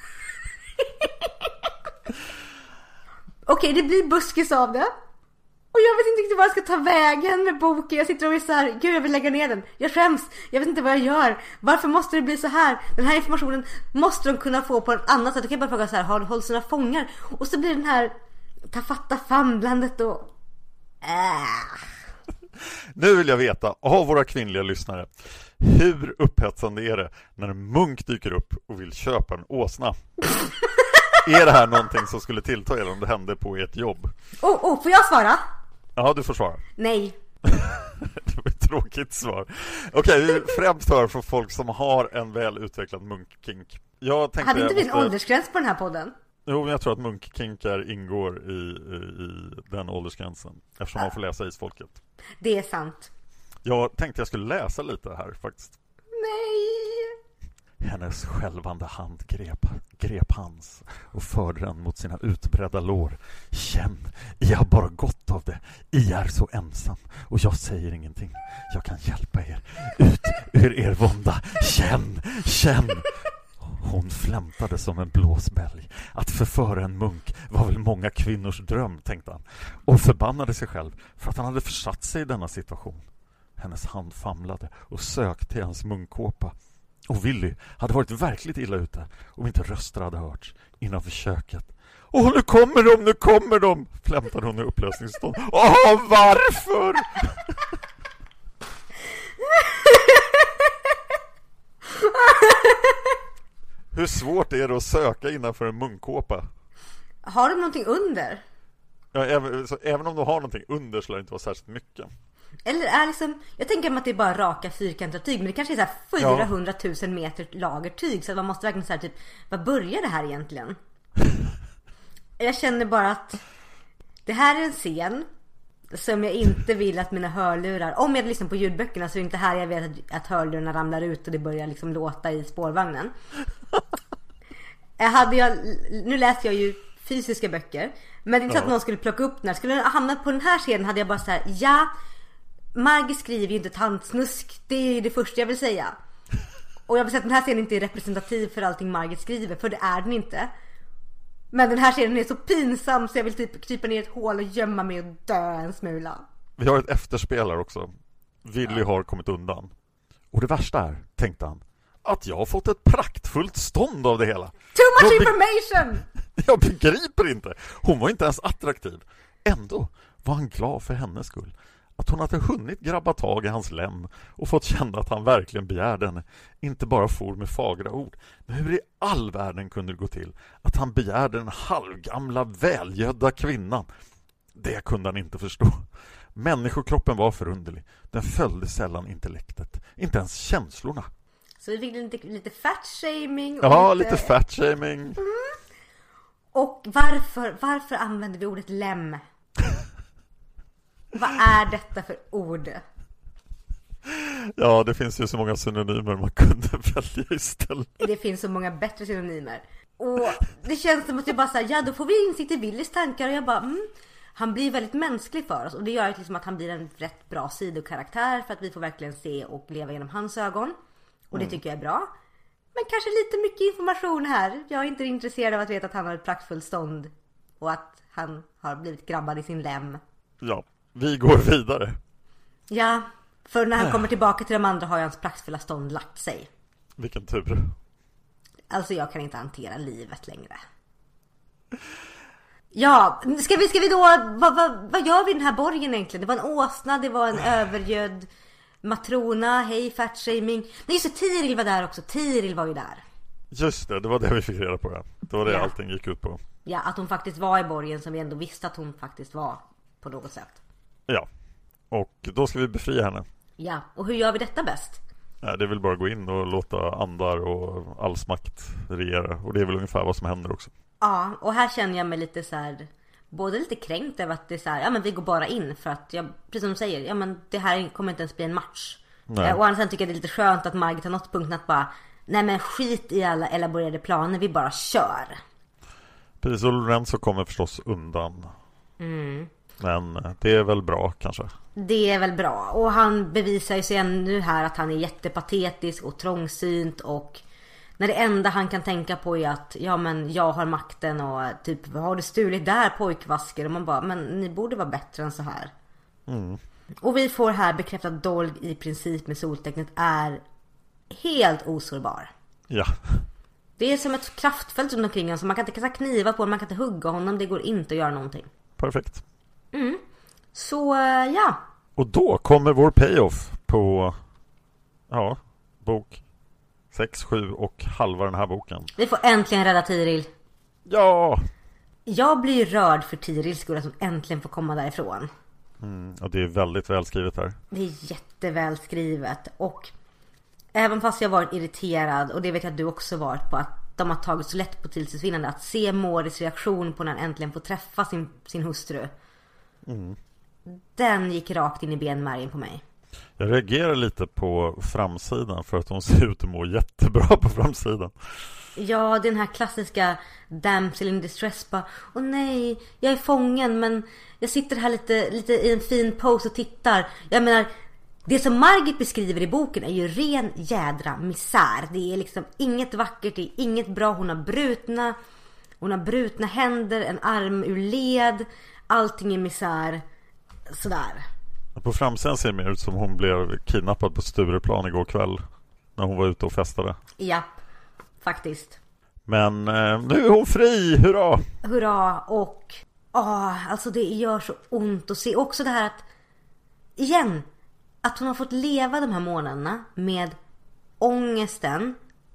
Okej, okay, det blir buskis av det. Och jag vet inte riktigt vad jag ska ta vägen med boken. Jag sitter och är så här, gud jag vill lägga ner den. Jag skäms, jag vet inte vad jag gör. Varför måste det bli så här? Den här informationen måste de kunna få på en annan sätt. Jag kan bara fråga så här, har du hållit sina fångar? Och så blir den här tafatta famlandet och... Äh. Nu vill jag veta av våra kvinnliga lyssnare, hur upphetsande är det när en munk dyker upp och vill köpa en åsna? Är det här någonting som skulle tillta er om det hände på ert jobb? Oh, oh, får jag svara? Ja, du får svara. Nej. Det var ett tråkigt svar. Okej, vi vill främst höra från folk som har en väl utvecklad munkkink. Jag tänkte hade inte vi måste... en åldersgräns på den här podden? Jo, men jag tror att munkkinkar ingår i, i, i den åldersgränsen, eftersom ja. man får läsa Isfolket. Det är sant. Jag tänkte jag skulle läsa lite här faktiskt. Nej. Hennes skälvande hand grep, grep hans och förde den mot sina utbredda lår. Känn, jag har bara gott av det. I är så ensam och jag säger ingenting. Jag kan hjälpa er ut ur er vånda. Känn, känn. Hon flämtade som en blåsbälg. Att förföra en munk var väl många kvinnors dröm, tänkte han. Och förbannade sig själv för att han hade försatt sig i denna situation. Hennes hand famlade och sökte i hans munkåpa. Och Willy hade varit verkligt illa ute om inte röster hade hörts innanför köket. Åh, nu kommer de, nu kommer de, flämtade hon i upplösningsstånd. Åh, varför? Hur svårt är det att söka innanför en munkåpa? Har du någonting under? Ja, även, så, även om du har någonting under så lär det inte vara särskilt mycket. Eller är liksom, jag tänker mig att det är bara raka fyrkantiga tyg, men det kanske är så här fyrahundratusen meter lager tyg, så man måste verkligen säga typ, vad börjar det här egentligen? Jag känner bara att det här är en scen som jag inte vill att mina hörlurar, om jag lyssnar på ljudböckerna så är det inte här jag vet att, att hörlurarna ramlar ut och det börjar liksom låta i spårvagnen. Jag hade jag, nu läser jag ju fysiska böcker, men det är inte så att någon skulle plocka upp den här. Skulle jag hamna på den här scenen hade jag bara så här: ja, Margit skriver ju inte tantsnusk. Det är det första jag vill säga. Och jag vill säga att den här scenen inte är representativ för allting Margit skriver, för det är den inte. Men den här scenen är så pinsam så jag vill typ krypa ner i ett hål och gömma mig och dö en smula. Vi har ett efterspelare också. Willy har kommit undan. Och det värsta är, tänkte han, att jag har fått ett praktfullt stånd av det hela. Too much jag information! Be- jag begriper inte. Hon var inte ens attraktiv. Ändå var han glad för hennes skull. Att hon hade hunnit grabba tag i hans lem och fått känna att han verkligen begärde henne. Inte bara for med fagra ord. Men hur i all världen kunde det gå till att han begärde den halvgamla välgödda kvinnan? Det kunde han inte förstå. Människokroppen var förunderlig. Den följde sällan intellektet. Inte ens känslorna. Så vi fick lite, lite fat-shaming. Ja, lite, lite fat-shaming. Mm. Och varför, varför använder vi ordet lem? Vad är detta för ord? Ja, det finns ju så många synonymer man kunde välja istället. Det finns så många bättre synonymer. Och det känns som att jag bara säger, ja då får vi insikt i Willys tankar. Och jag bara, mm, han blir väldigt mänsklig för oss. Och det gör ju liksom att han blir en rätt bra sidokaraktär. För att vi får verkligen se och leva genom hans ögon. Och det mm. tycker jag är bra. Men kanske lite mycket information här. Jag är inte intresserad av att veta att han har ett praktfullt stånd. Och att han har blivit grabbad i sin lem. Ja, vi går vidare. Ja, för när han kommer tillbaka till de andra har ju hans praktfulla stånd lagt sig. Vilken tur. Alltså jag kan inte hantera livet längre. Ja, ska vi, ska vi då, vad, vad, vad gör vi i den här borgen egentligen? Det var en åsna, det var en övergödd matrona, hej, fatshaming. Nej, så Tiril var där också, Tiril var ju där. Just det, det var det vi fick reda på, ja. Det var det ja. allting gick ut på. Ja, att hon faktiskt var i borgen som vi ändå visste att hon faktiskt var på något sätt. Ja, och då ska vi befria henne. Ja, och hur gör vi detta bäst? Ja, det är väl bara att gå in och låta andar och allsmakt regera. Och det är väl ungefär vad som händer också. Ja, och här känner jag mig lite så här, både lite kränkt över att det är så här, ja men vi går bara in för att jag, precis som du säger, ja men det här kommer inte ens bli en match. Nej. Och annars tycker jag det är lite skönt att Margit har nått punkten att bara, nej men skit i alla elaborerade planer, vi bara kör. Precis, och Lorenzo kommer förstås undan. Mm. Men det är väl bra kanske. Det är väl bra. Och han bevisar ju sig nu här att han är jättepatetisk och trångsynt. Och när det enda han kan tänka på är att ja men jag har makten och typ vad har du stulit där pojkvasker? Och man bara, men ni borde vara bättre än så här. Mm. Och vi får här bekräftat att Dolg i princip med soltecknet är helt osårbar. Ja. Det är som ett kraftfält runt omkring honom. Så man kan inte kasta kniva på honom, man kan inte hugga honom. Det går inte att göra någonting. Perfekt. Mm. Så ja. Och då kommer vår payoff på ja, bok sex, sju och halva den här boken. Vi får äntligen rädda Tiril. Ja. Jag blir rörd för Tirils skull att hon äntligen får komma därifrån. Mm, och det är väldigt välskrivet här. Det är jättevälskrivet. Och även fast jag varit irriterad, och det vet jag att du också varit på, att de har tagit så lätt på Tirils försvinnande, att se Moris reaktion på när han äntligen får träffa sin, sin hustru. Mm. Den gick rakt in i benmärgen på mig. Jag reagerar lite på framsidan för att hon ser ut att må jättebra på framsidan. Ja, den här klassiska damsel in distress. Bara, åh nej, jag är fången men jag sitter här lite, lite i en fin pose och tittar. Jag menar, det som Margit beskriver i boken är ju ren jädra misär. Det är liksom inget vackert, det är inget bra. Hon har brutna, hon har brutna händer, en arm ur led. Allting är misär. Sådär. På framsidan ser det mer ut som hon blev kidnappad på Stureplan igår kväll när hon var ute och festade. Ja, faktiskt. Men eh, nu är hon fri, hurra! Hurra, och åh, alltså det gör så ont att se. Också det här att, igen, att hon har fått leva de här månaderna med ångesten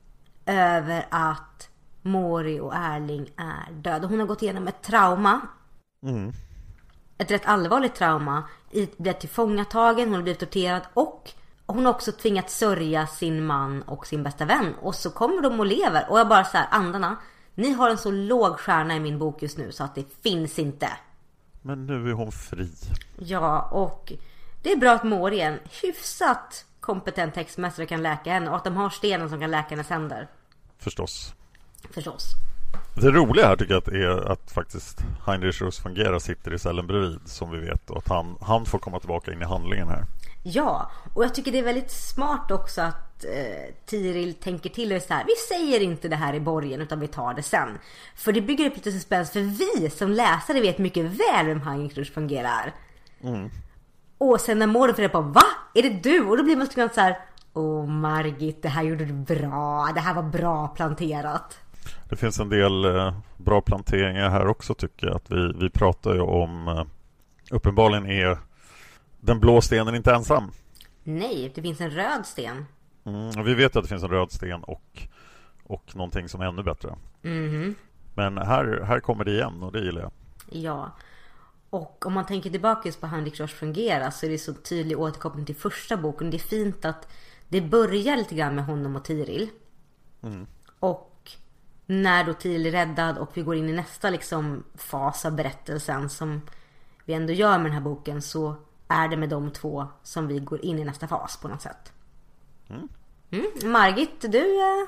över att Mori och Erling är döda. Hon har gått igenom ett trauma. Mm. Ett rätt allvarligt trauma. Blivit tillfångatagen, hon har blivit torterad och hon har också tvingats sörja sin man och sin bästa vän. Och så kommer de och lever. Och jag bara så här, andarna, ni har en så låg stjärna i min bok just nu så att det finns inte. Men nu är hon fri. Ja, och det är bra att Mori är en hyfsat kompetent textmästare kan läka henne. Och att de har stenen som kan läka hennes händer. Förstås. Förstås. Det roliga här tycker jag att är att faktiskt Heinrich Rosfangera sitter i cellen bredvid som vi vet. Och att han, han får komma tillbaka in i handlingen här. Ja, och jag tycker det är väldigt smart också att eh, Tiril tänker till och så här, vi säger inte det här i borgen utan vi tar det sen. För det bygger upp lite suspens, för vi som läsare vet mycket väl hur Heinrich Rosfangera är. Mm. Och sen när Morden får det på, va? Är det du? Och då blir man så här, åh Margit, det här gjorde du bra. Det här var bra planterat. Det finns en del eh, bra planteringar här också tycker jag. Att vi, vi pratar ju om, eh, uppenbarligen är den blå stenen inte ensam. Nej, det finns en röd sten. Mm, vi vet att det finns en röd sten och, och någonting som är ännu bättre. Mm-hmm. Men här, här kommer det igen och det gillar jag. Ja, och om man tänker tillbaka på Heinrich Rosfangera så är det så tydlig återkoppling till första boken. Det är fint att det börjar lite grann med honom och Tiril. Mm. Och när då Tiril är räddad och vi går in i nästa liksom fas av berättelsen som vi ändå gör med den här boken, så är det med de två som vi går in i nästa fas på något sätt. Mm. Mm. Margit, du,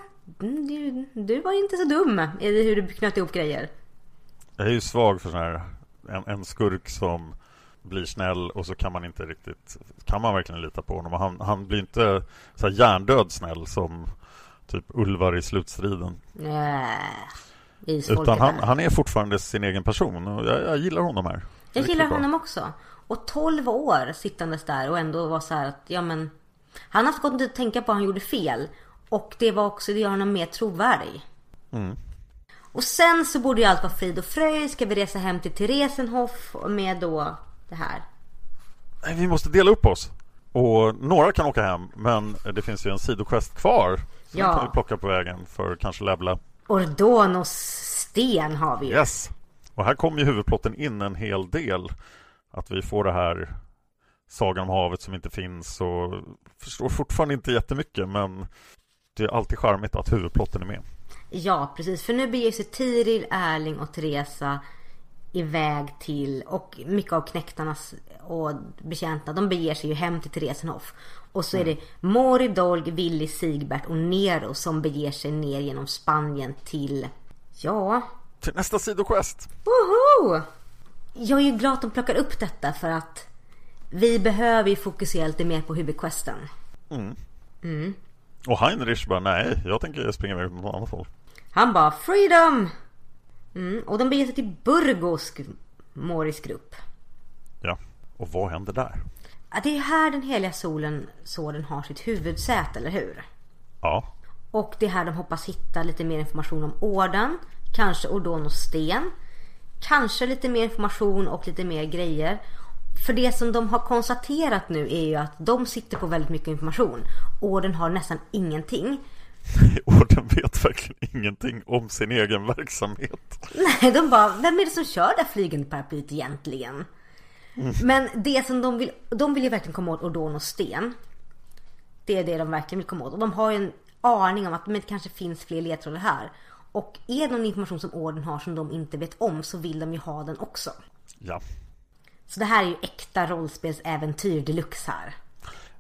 du, du var inte så dum i hur du knöt ihop grejer. Jag är ju svag för sån här en, en skurk som blir snäll och så kan man inte riktigt, kan man verkligen lita på honom. Han, han blir inte så här hjärndöd snäll som typ Ulvar i slutstriden. Nej, utan han, han är fortfarande sin egen person och jag, jag gillar honom här. Jag gillar honom också. Och tolv år sittandes där och ändå var så här att ja men han har haft gått att tänka på att han gjorde fel. Och det var också, det gör honom mer trovärdig. Mm. Och sen så borde ju allt vara frid och fröjd. Ska vi resa hem till Theresenhof med då det här? Nej, vi måste dela upp oss. Och några kan åka hem, men det finns ju en sidoquest kvar. Så ja. Den kan vi plocka på vägen för kanske levla. Ordonos sten har vi ju. Yes. Och här kommer ju huvudplotten in en hel del. Att vi får det här sagan om havet som inte finns. Och förstår fortfarande inte jättemycket, men det är alltid charmigt att huvudplotten är med. Ja, precis. För nu beger sig Tiril, Erling och Teresa iväg till, och mycket av knäktarnas och betjänta, de beger sig ju hem till Theresenhof. Och så mm. är det Mori, Dolg, Willy, Sigbert och Nero som beger sig ner genom Spanien till, ja, till nästa sidoquest. Woho! Jag är ju glad att de plockar upp detta, för att vi behöver ju fokusera lite mer på huvudquesten. Mm. Mm. Och Heinrich bara, nej, jag tänker springa iväg på något annat håll. Han bara, freedom! Mm. Och de beger sig till Burgos, Moris grupp. Ja, och vad händer där? Ja, det är här den heliga solen så den har sitt huvudsäte, eller hur? Ja. Och det är här de hoppas hitta lite mer information om orden. Kanske Ordon och sten. Kanske lite mer information och lite mer grejer. För det som de har konstaterat nu är ju att de sitter på väldigt mycket information. Orden har nästan ingenting. Orden vet verkligen ingenting om sin egen verksamhet. Nej, de bara, vem är det som kör det flygande paraplyt egentligen? Mm. Men det som de vill, de vill ju verkligen komma åt Ordon och sten. Det är det de verkligen vill komma åt. Och de har ju en aning om att det kanske finns fler ledtrådar här. Och är det någon information som orden har som de inte vet om, så vill de ju ha den också. Ja. Så det här är ju äkta rollspelsäventyr deluxe här.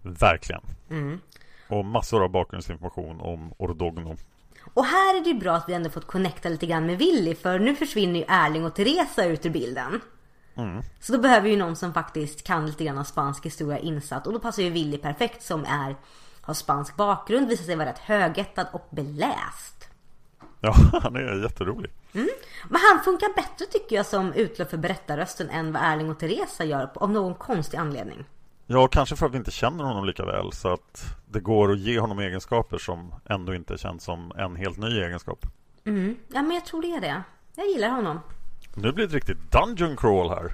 Verkligen. Mm. Och massor av bakgrundsinformation om Ordogno. Och här är det ju bra att vi ändå fått connecta lite grann med Willy, för nu försvinner ju Erling och Teresa ut ur bilden. Mm. Så då behöver ju någon som faktiskt kan lite grann av spansk historia insatt. Och då passar ju Willy perfekt, som är har spansk bakgrund, visar sig vara rätt högättad och beläst. Ja, han är jätterolig. Mm. Men han funkar bättre tycker jag som utlöp för berättarrösten än vad Erling och Teresa gör av någon konstig anledning. Ja, kanske för att vi inte känner honom lika väl, så att det går att ge honom egenskaper som ändå inte känns som en helt ny egenskap. Mm. Ja, men jag tror det är det. Jag gillar honom. Nu blir det riktigt dungeon crawl här.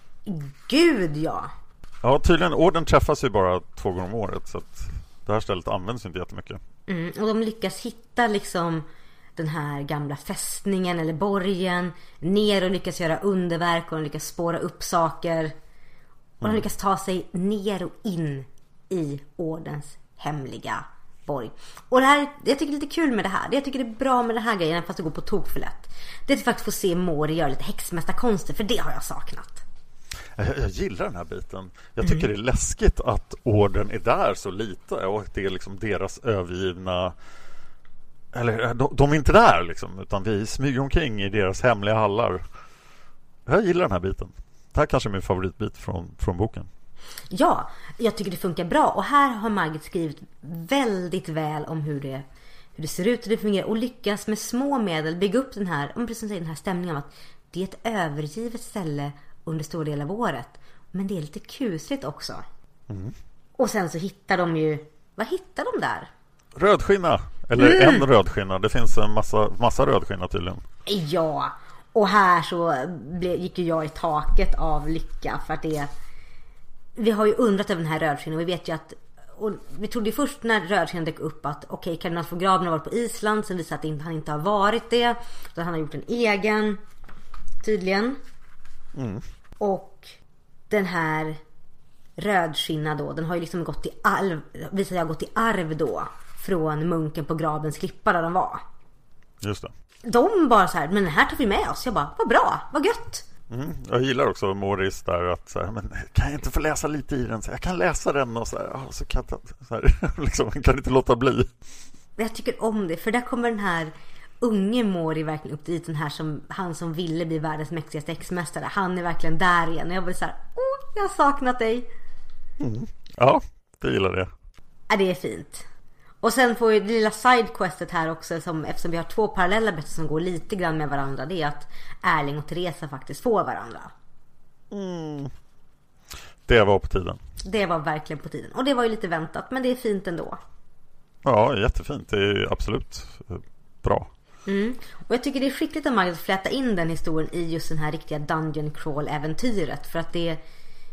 Gud, ja. Ja, tydligen, orden träffas ju bara två gånger om året, så att det här stället används inte jättemycket. Mm. Och de lyckas hitta liksom den här gamla fästningen eller borgen ner och lyckas göra underverk, och de lyckas spåra upp saker. Och de lyckas ta sig ner och in i ordens hemliga borg. Och det här, jag tycker det är lite kul med det här. Jag tycker det är bra med det här grejen, fast det går på tok för lätt. Det är att faktiskt få se Mori göra lite häxmästarkonster, för det har jag saknat. Jag, jag gillar den här biten. Jag tycker mm. det är läskigt att orden är där så lite, och det är liksom deras övergivna... Eller de, de är inte där liksom, utan vi smyger omkring i deras hemliga hallar. Jag gillar den här biten. Det här kanske är min favoritbit från, från boken. Ja, jag tycker det funkar bra. Och här har Margit skrivit väldigt väl om hur det, hur det ser ut och det fungerar. Och lyckas med små medel bygga upp den här, om precis den här stämningen av att det är ett övergivet ställe under stor del av året. Men det är lite kusligt också. Mm. Och sen så hittar de ju, vad hittar de där? Rödskinna, eller mm. en rödskinna. Det finns en massa, massa rödskinna tydligen. Ja, och här så gick ju jag i taket av lycka, för att det, vi har ju undrat över den här rödskinnan, och vi vet ju att, och vi trodde ju först när rödskinnan dök upp att okej, okay, Kardinal von Graben har varit på Island, sen visade att han inte har varit det, utan han har gjort en egen tydligen. Mm. Och den här rödskinna då, den har ju liksom gått i arv, visar jag gått i arv då från munken på Grabens klippa där de var. Just det. De bara så här, men den här tar vi med oss. Jag bara, vad bra, vad gött. Mm, jag gillar också Morris där att så här, men kan jag inte få läsa lite i den? Så jag kan läsa den och så här, oh, så kan jag så här, liksom, kan inte låta bli. Jag tycker om det, för där kommer den här unge Mori verkligen upp dit, den här som, han som ville bli världens mäktigaste häxmästare. Han är verkligen där igen. Och jag blir så här, åh, jag har saknat dig. Mm. Ja, det gillar det. Ja, det är fint. Och sen får ju det lilla sidequestet här också, som, eftersom vi har två parallella berättelser som går lite grann med varandra, det är att Erling och Teresa faktiskt får varandra. Mm. Det var på tiden. Det var verkligen på tiden. Och det var ju lite väntat, men det är fint ändå. Ja, jättefint. Det är absolut bra. Mm. Och jag tycker det är skickligt att man fläta in den historien i just den här riktiga dungeon crawl-äventyret, för att det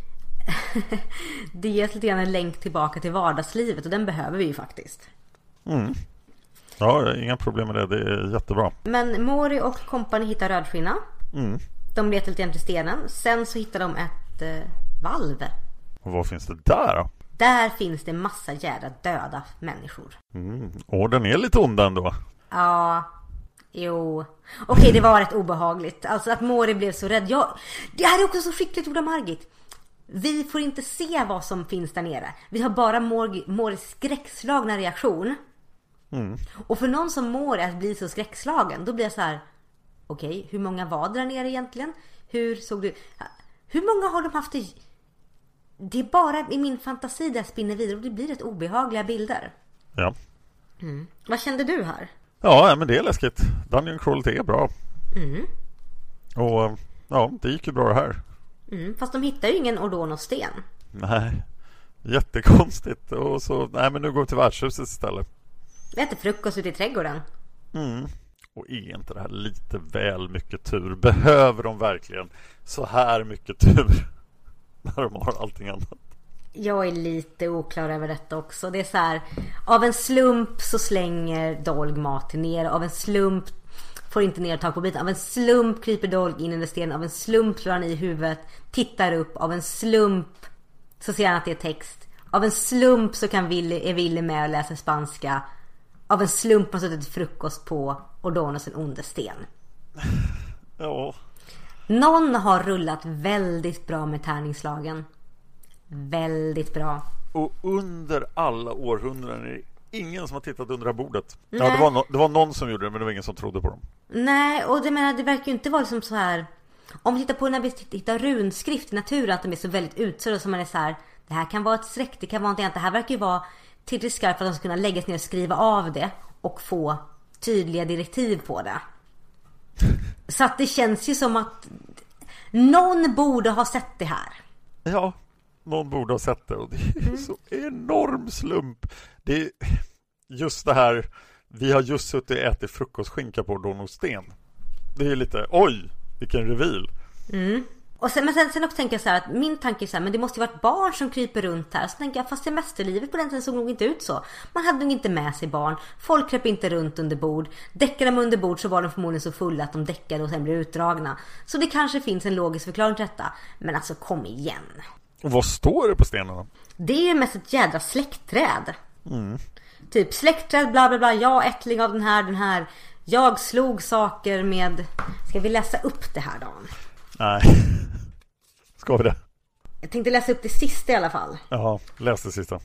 det ger lite grann en länk tillbaka till vardagslivet, och den behöver vi ju faktiskt. Mm. Ja, inga problem med det. Det är jättebra. Men Mori och kompani hittar rödskinna. Mm. De letar lite grann till stenen. Sen så hittar de ett eh, valv. Och vad finns det där då? Där finns det massa jävla döda människor. Mm. Och den är lite ond ändå. Ja, jo. Okej, okay, det var rätt obehagligt. Alltså att Mori blev så rädd. Jag, det här är också så skickligt gjort av Margit. Vi får inte se vad som finns där nere. Vi har bara Moris skräckslagna reaktion. Mm. Och för någon som Mori att bli så skräckslagen, då blir jag så här: okej, okay, hur många var där nere egentligen? Hur såg du? Hur många har de haft i? Det är bara i min fantasi där jag spinner vidare, och det blir rätt obehagliga bilder. Ja. Mm. Vad kände du här? Ja, men det är läskigt. Dungeon Crawl är bra. Mm. Och ja, det gick ju bra det här. Mm, fast de hittar ju ingen Ordogno-sten. Nej, jättekonstigt. Och så, nej men nu går vi till värdshuset istället. Vi äter frukost ute i trädgården. Mm. Och är inte det här lite väl mycket tur? Behöver de verkligen så här mycket tur när de har allting annat? Jag är lite oklar över detta också. Det är så här, av en slump så slänger Dolg mat ner. Av en slump får inte ner tag på biten. Av en slump kryper Dolg in i stenen. Av en slump slår han i huvudet. Tittar upp. Av en slump så ser han att det är text. Av en slump så kan Willy, är Willy med och läser spanska. Av en slump har suttit frukost på Ordognos en onde sten. Ja. Någon har rullat väldigt bra med tärningslagen. Väldigt bra. Och under alla århundraden är det ingen som har tittat under det här bordet. Nej. Ja, det var, no- det var någon som gjorde det, men det var ingen som trodde på dem. Nej, och det, menar, det verkar ju inte vara liksom så här. Om vi tittar på när vi hittar runskrift i naturen, att de är så väldigt utsöda, som man är så här, det här kan vara ett streck, det kan vara något annat. Det här verkar ju vara tillräckligt skarpt för att de ska kunna läggas ner och skriva av det och få tydliga direktiv på det. Så att det känns ju som att någon borde ha sett det här. Ja, någon borde ha sett det, och det är mm. så enorm slump. Det är just det här, vi har just suttit och ätit frukostskinka på Dornosten. Det är lite, oj, vilken reveal. Mm. Och sen, men sen, sen också tänker jag så här, att min tanke är så här, men det måste ju vara ett barn som kryper runt här. Så tänker jag, fast semesterlivet på den tiden såg nog inte ut så. Man hade nog inte med sig barn. Folk kröp inte runt under bord. Däckade de under bord så var de förmodligen så fulla att de däckade och sen blev utdragna. Så det kanske finns en logisk förklaring till detta. Men alltså, kom igen. Och vad står det på stenarna? Det är ju mest ett jädra släktträd. Mm. Typ släktträd, bla bla bla. Jag ättling av den här, den här. Jag slog saker med... Ska vi läsa upp det här, Dan? Nej. Ska vi det? Jag tänkte läsa upp det sista i alla fall. Ja, läs det sista.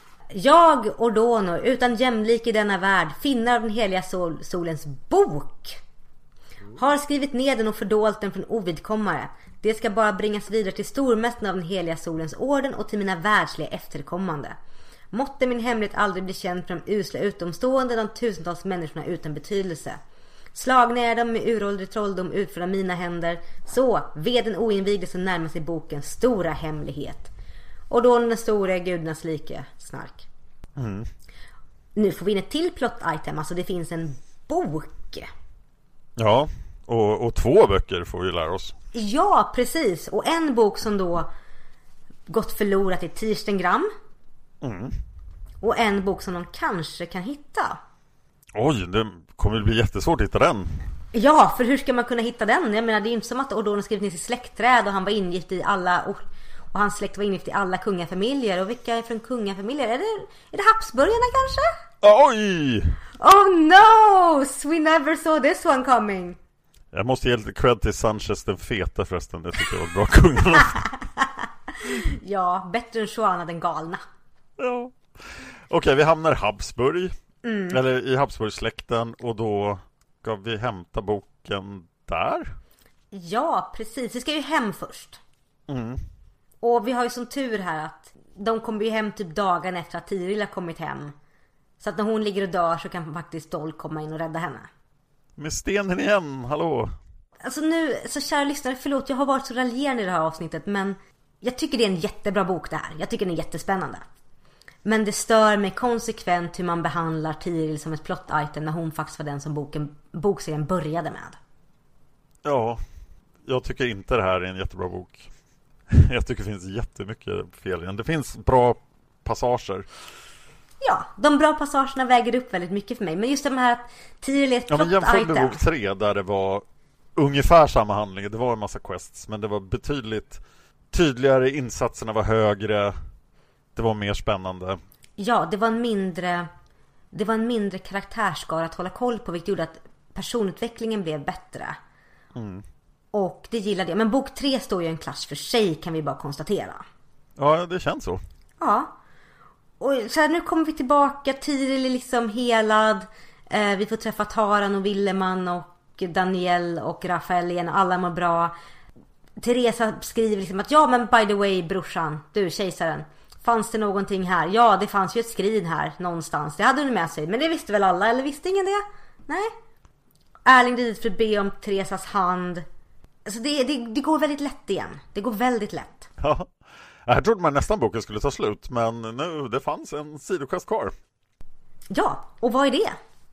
Jag, Ordonor, utan jämlik i denna värld, finnar av den heliga sol, solens bok, har skrivit ner den och fördolt den från ovidkommare. Det ska bara bringas vidare till stormästaren av den heliga solens orden och till mina världsliga efterkommande. Måtte min hemlighet aldrig bli känd för de usla utomstående, de tusentals människorna utan betydelse. Slagna är de med uråldrig trolldom utför mina händer. Så, ved den oinvigde som närmar sig bokens stora hemlighet. Och då den stora gudarnas like snark. Mm. Nu får vi in ett till plot item. Alltså det finns en bok. Ja, och, och två böcker får vi lära oss. Ja, precis. Och en bok som då gått förlorat i Tirstengram. Mm. Och en bok som de kanske kan hitta. Oj, det kommer bli jättesvårt att hitta den. Ja, för hur ska man kunna hitta den? Jag menar, det är inte som att Ordon har skrivit ner sitt släktträd och han var ingift i alla... Och, och hans släkt var ingift i alla kungafamiljer. Och vilka är från kungafamiljer? Är det, är det Habsburgarna kanske? Oj! Oh no! We never saw this one coming. Jag måste ge lite cred till Sanchez den feta förresten. Det tycker jag var bra kungarna. Ja, bättre än Joanna den galna. Ja. Okej, vi hamnar i Habsburg. Mm. Eller i Habsburgsläkten. Och då ska vi hämta boken där. Ja, precis. Vi ska ju hem först. Mm. Och vi har ju som tur här att de kommer ju hem typ dagen efter att Tiril har kommit hem. Så att när hon ligger och dör så kan faktiskt Doll komma in och rädda henne. Med stenen igen, hallå. Alltså nu, så kära lyssnare, förlåt, jag har varit så raljerande i det här avsnittet. Men jag tycker det är en jättebra bok det här. Jag tycker den är jättespännande. Men det stör mig konsekvent hur man behandlar Tiril som ett plot item när hon faktiskt var den som boken, bokserien började med. Ja, jag tycker inte det här är en jättebra bok. Jag tycker det finns jättemycket fel i den. Det finns bra passager. Ja, de bra passagerna väger upp väldigt mycket för mig. Men just det här att Tiril är ett ja, plot men jämfört item. med bok tre där det var ungefär samma handling. Det var en massa quests, men det var betydligt tydligare. Insatserna var högre. Det var mer spännande. Ja, det var en mindre det var en mindre karaktärsskara att hålla koll på, vilket gjorde att personutvecklingen blev bättre. Mm. Och det gillade jag. Men bok tre står ju en klass för sig, kan vi bara konstatera. Ja, det känns så. Ja. Och så här, nu kommer vi tillbaka. Tiril är liksom helad. Eh, vi får träffa Taran och Villeman och Daniel och Rafael igen. Alla mår bra. Teresa skriver liksom att ja, men by the way, brorsan, du, kejsaren, fanns det någonting här? Ja, det fanns ju ett skrin här någonstans. Det hade hon med sig. Men det visste väl alla? Eller visste ingen det? Nej. Erling dit för att be om Teresas hand. Alltså det, det, det går väldigt lätt igen. Det går väldigt lätt. Ja. Jag trodde man nästan boken skulle ta slut. Men nu, det fanns en sidokast kvar. Ja, och vad är det?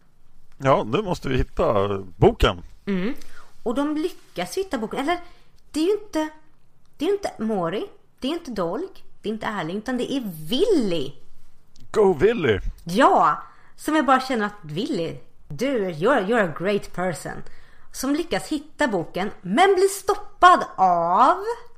Ja, nu måste vi hitta boken. Mm. Och de lyckas hitta boken. Eller, det är ju inte Det är ju inte Mori. Det är inte Dolg. Det är inte Erling, utan det är Willy. Go Willy. Ja, som jag bara känner att Willy, du, you're, you're a great person. Som lyckas hitta boken, men blir stoppad av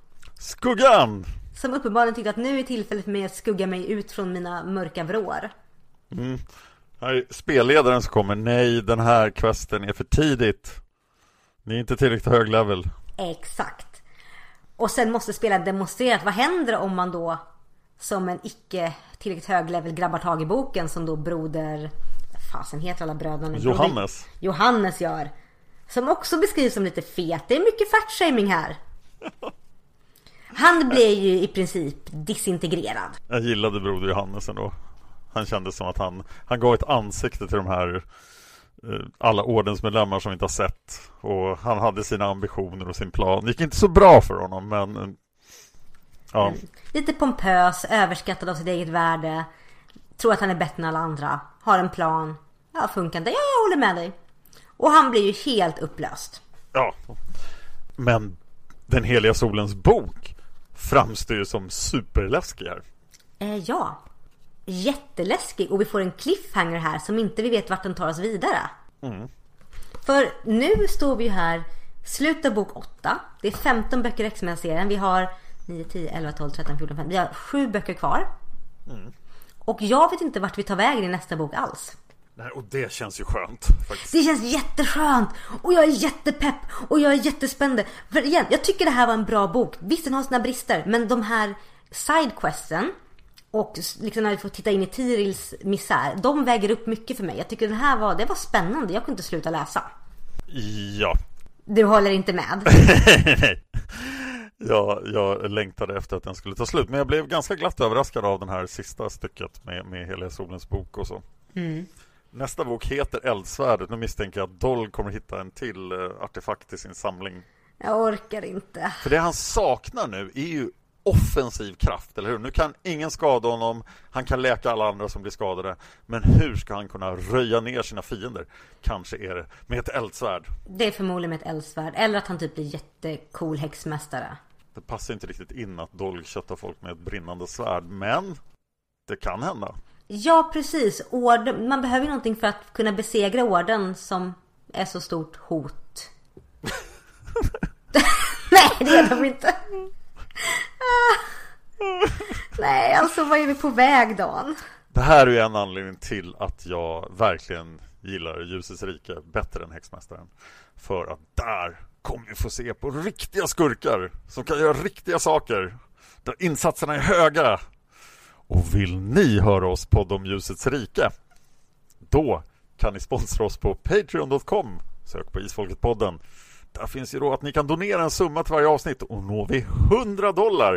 Skuggan. Som uppenbarligen tyckte att nu är tillfället för mig att skugga mig ut från mina mörka vrår. Mm. Här är spelledaren som kommer. Nej, den här questen är för tidigt. Ni är inte tillräckligt hög level. Exakt. Och sen måste spelaren demonstrera att vad händer om man då som en icke tillräckligt hög level grabbar tag i boken, som då broder, fasen heter alla bröderna, Johannes broder, Johannes gör, som också beskrivs som lite fet. Det är mycket fatshaming här. Han blir ju i princip disintegrerad. Jag gillade broder Johannes ändå. Han kände som att han, han gav ett ansikte till de här alla ordensmedlemmar som vi inte har sett, och han hade sina ambitioner och sin plan. Det gick inte så bra för honom, men ja. Mm. Lite pompös, överskattad av sitt eget värde, tror att han är bättre än alla andra, har en plan. Ja, funkar inte. Ja, jag håller med dig. Och han blir ju helt upplöst. Ja. Men den heliga solens bok framstår ju som superläskig här. Eh, ja. Jätteläskig, och vi får en cliffhanger här som inte vi vet vart den tar oss vidare. Mm. För nu står vi här, slutet av bok åtta. Det är femton böcker i X-Men-serien. Vi har nio, tio, elva, tolv, tretton, fjorton, femton. Vi har sju böcker kvar. Mm. Och jag vet inte vart vi tar vägen i nästa bok alls. Nej, och det känns ju skönt faktiskt. Det känns jätteskönt. Och jag är jättepepp. Och jag är jättespänd. För igen, jag tycker det här var en bra bok. Visst, den har sina brister, men de här sidequesten och liksom när vi får titta in i Tirils misär, de väger upp mycket för mig. Jag tycker den här var, det var spännande. Jag kunde inte sluta läsa. Ja. Du håller inte med? Nej. Ja, jag längtade efter att den skulle ta slut. Men jag blev ganska glatt överraskad av den här sista stycket med, med Heliga solens bok och så. Mm. Nästa bok heter Eldsvärdet. Nu misstänker jag att Dolg kommer hitta en till uh, artefakt i sin samling. Jag orkar inte. För det han saknar nu är ju offensiv kraft, eller hur? Nu kan ingen skada honom. Han kan läka alla andra som blir skadade. Men hur ska han kunna röja ner sina fiender? Kanske är det med ett eldsvärd. Det är förmodligen med ett eldsvärd. Eller att han typ blir jättecool häxmästare. Det passar inte riktigt in att Dolg köttar folk med ett brinnande svärd. Men det kan hända. Ja, precis. Orden, man behöver ju någonting för att kunna besegra orden som är så stort hot. Nej, det är de inte. Ah. Nej, alltså vad är vi på väg, Dan? Det här är ju en anledning till att jag verkligen gillar Ljusets rike bättre än Häxmästaren. För att där kommer vi få se på riktiga skurkar som kan göra riktiga saker. Där insatserna är höga. Och vill ni höra oss på om Ljusets rike, då kan ni sponsra oss på patreon dot com. Sök på Isfolket-podden. Där finns ju då att ni kan donera en summa till varje avsnitt. Och når vi hundra dollar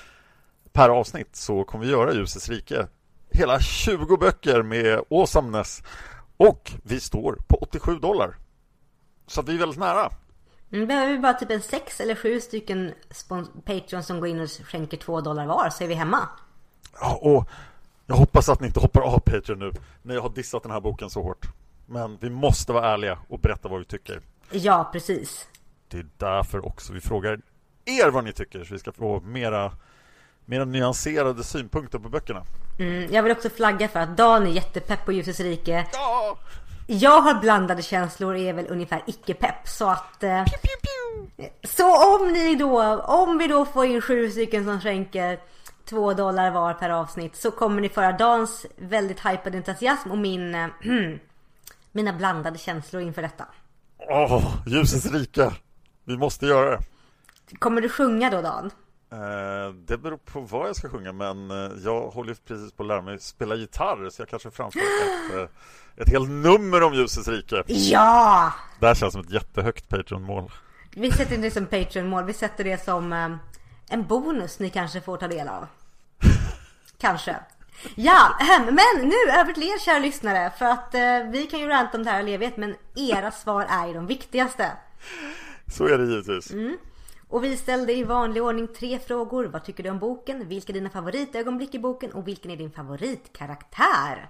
per avsnitt så kommer vi göra Ljusets rike. Hela tjugo böcker med awesomeness. Och vi står på åttiosju dollar. Så vi är väldigt nära. Nu behöver vi bara typ en sex eller sju stycken spons- Patreon som går in och skänker två dollar var, så är vi hemma. Ja, och jag hoppas att ni inte hoppar av Patreon nu när jag har dissat den här boken så hårt. Men vi måste vara ärliga och berätta vad vi tycker. Ja, precis. Det är därför också vi frågar er vad ni tycker, så vi ska få mera, mera nyanserade synpunkter på böckerna. Mm, jag vill också flagga för att Dan är jättepepp på Ljusets rike. Ja! Jag har blandade känslor och är väl ungefär icke-pepp. Så att eh, pew, pew, pew. Så om ni då Om vi då får in sju stycken som skänker två dollar var per avsnitt, så kommer ni föra Dans väldigt hypad entusiasm och min äh, mina blandade känslor inför detta. Åh, oh, Ljusets rike. Vi måste göra det. Kommer du sjunga då, Dan? Eh, det beror på vad jag ska sjunga, men eh, jag håller precis på att lära mig spela gitarr, så jag kanske framför ett, eh, ett helt nummer om Ljusets rike. Ja! Det här känns som ett jättehögt Patreon-mål. Vi sätter det som Patreon-mål. Vi sätter det som eh, en bonus ni kanske får ta del av. Kanske. Ja, men nu över till er, kära lyssnare. För att eh, vi kan ju ranta om det här i evighet, men era svar är ju de viktigaste. Så är det givetvis. Mm. Och vi ställde i vanlig ordning tre frågor. Vad tycker du om boken? Vilka är dina favoritögonblick i boken? Och vilken är din favoritkaraktär?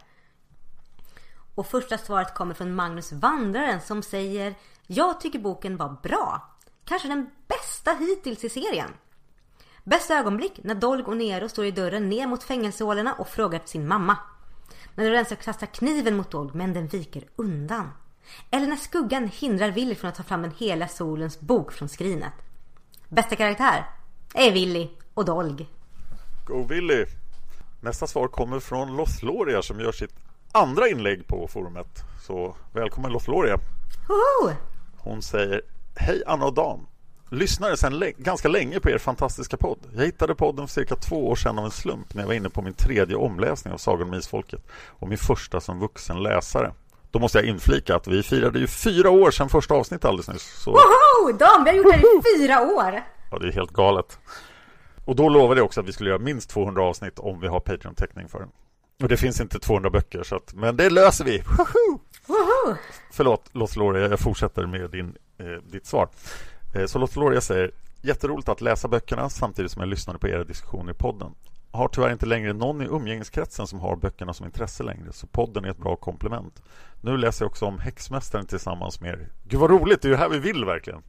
Och första svaret kommer från Magnus Vandraren som säger: jag tycker boken var bra. Kanske den bästa hittills i serien. Bästa ögonblick när Dolg och Nero står i dörren ner mot fängelsehålorna och frågar efter sin mamma. När Lorenzo kastar kniven mot Dolg men den viker undan. Eller när skuggan hindrar Willy från att ta fram den hela solens bok från skrinet. Bästa karaktär är Willy och Dolg. Go Willy. Nästa svar kommer från Lothlorien som gör sitt andra inlägg på forumet. Så välkommen Lothlorien. Hoho! Hon säger: hej Anna och Dan. lyssnade sedan lä- ganska länge på er fantastiska podd. Jag hittade podden för cirka två år sedan av en slump när jag var inne på min tredje omläsning av Sagan om Isfolket och min första som vuxen läsare. Då måste jag inflika att vi firade ju fyra år sedan första avsnitt alldeles nyss. Så... Woho! Dan, vi har gjort det i fyra år! Ja, det är helt galet. Och då lovade jag också att vi skulle göra minst tvåhundra avsnitt om vi har Patreon-täckning för den. Och det finns inte tvåhundra böcker, så att, men det löser vi. Woho! Woho! Förlåt, Lottelore, jag fortsätter med din, eh, ditt svar. Eh, så Lottelore, jag säger, jätteroligt att läsa böckerna samtidigt som jag lyssnade på era diskussioner i podden. Har tyvärr inte längre någon i umgängeskretsen som har böckerna som intresse längre, så podden är ett bra komplement. Nu läser jag också om Häxmästaren tillsammans med er. Gud vad roligt, det är ju här vi vill verkligen.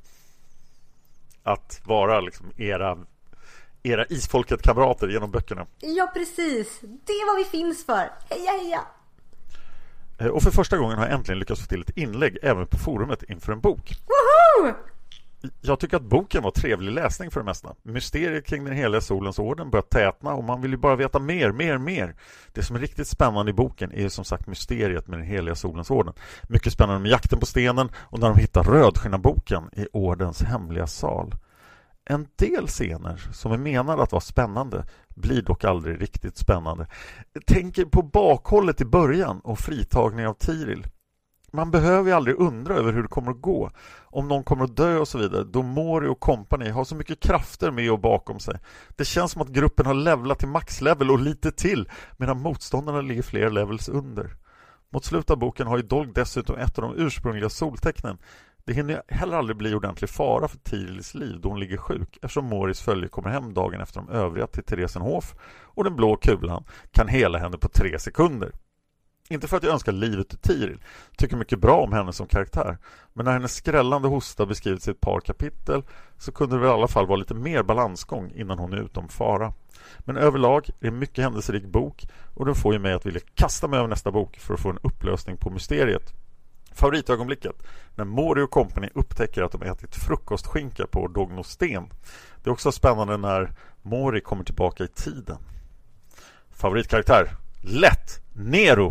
Att vara liksom era, era Isfolket-kamrater genom böckerna. Ja, precis. Det är vad vi finns för. Heja, heja! Och för första gången har jag äntligen lyckats få till ett inlägg även på forumet inför en bok. Woho! Jag tycker att boken var trevlig läsning för det mesta. Mysteriet kring den heliga solens orden börjar tätna och man vill ju bara veta mer, mer, mer. Det som är riktigt spännande i boken är ju som sagt mysteriet med den heliga solens orden. Mycket spännande med jakten på stenen och när de hittar rödskinnarboken i ordens hemliga sal. En del scener som är menade att vara spännande blir dock aldrig riktigt spännande. Tänk på bakhållet i början och fritagning av Tiril. Man behöver ju aldrig undra över hur det kommer att gå. Om någon kommer att dö och så vidare. Då Mori och company har så mycket krafter med och bakom sig. Det känns som att gruppen har levlat till maxlevel och lite till. Medan motståndarna ligger fler levels under. Mot slutet av boken har ju Dolg dessutom ett av de ursprungliga soltecknen. Det hinner heller aldrig bli ordentlig fara för Tirils liv då hon ligger sjuk. Eftersom Moris följe kommer hem dagen efter de övriga till Theresenhof. Och den blå kulan kan hela henne på tre sekunder. Inte för att jag önskar livet till Tiril. Tycker mycket bra om henne som karaktär. Men när hennes skrällande hosta beskrivits i ett par kapitel så kunde det väl i alla fall vara lite mer balansgång innan hon är utom fara. Men överlag är det en mycket händelserik bok och den får ju mig att vilja kasta mig över nästa bok för att få en upplösning på mysteriet. Favoritögonblicket när Mori och company upptäcker att de ätit frukostskinka på Dognosten. Det är också spännande när Mori kommer tillbaka i tiden. Favoritkaraktär? Lätt! Nero!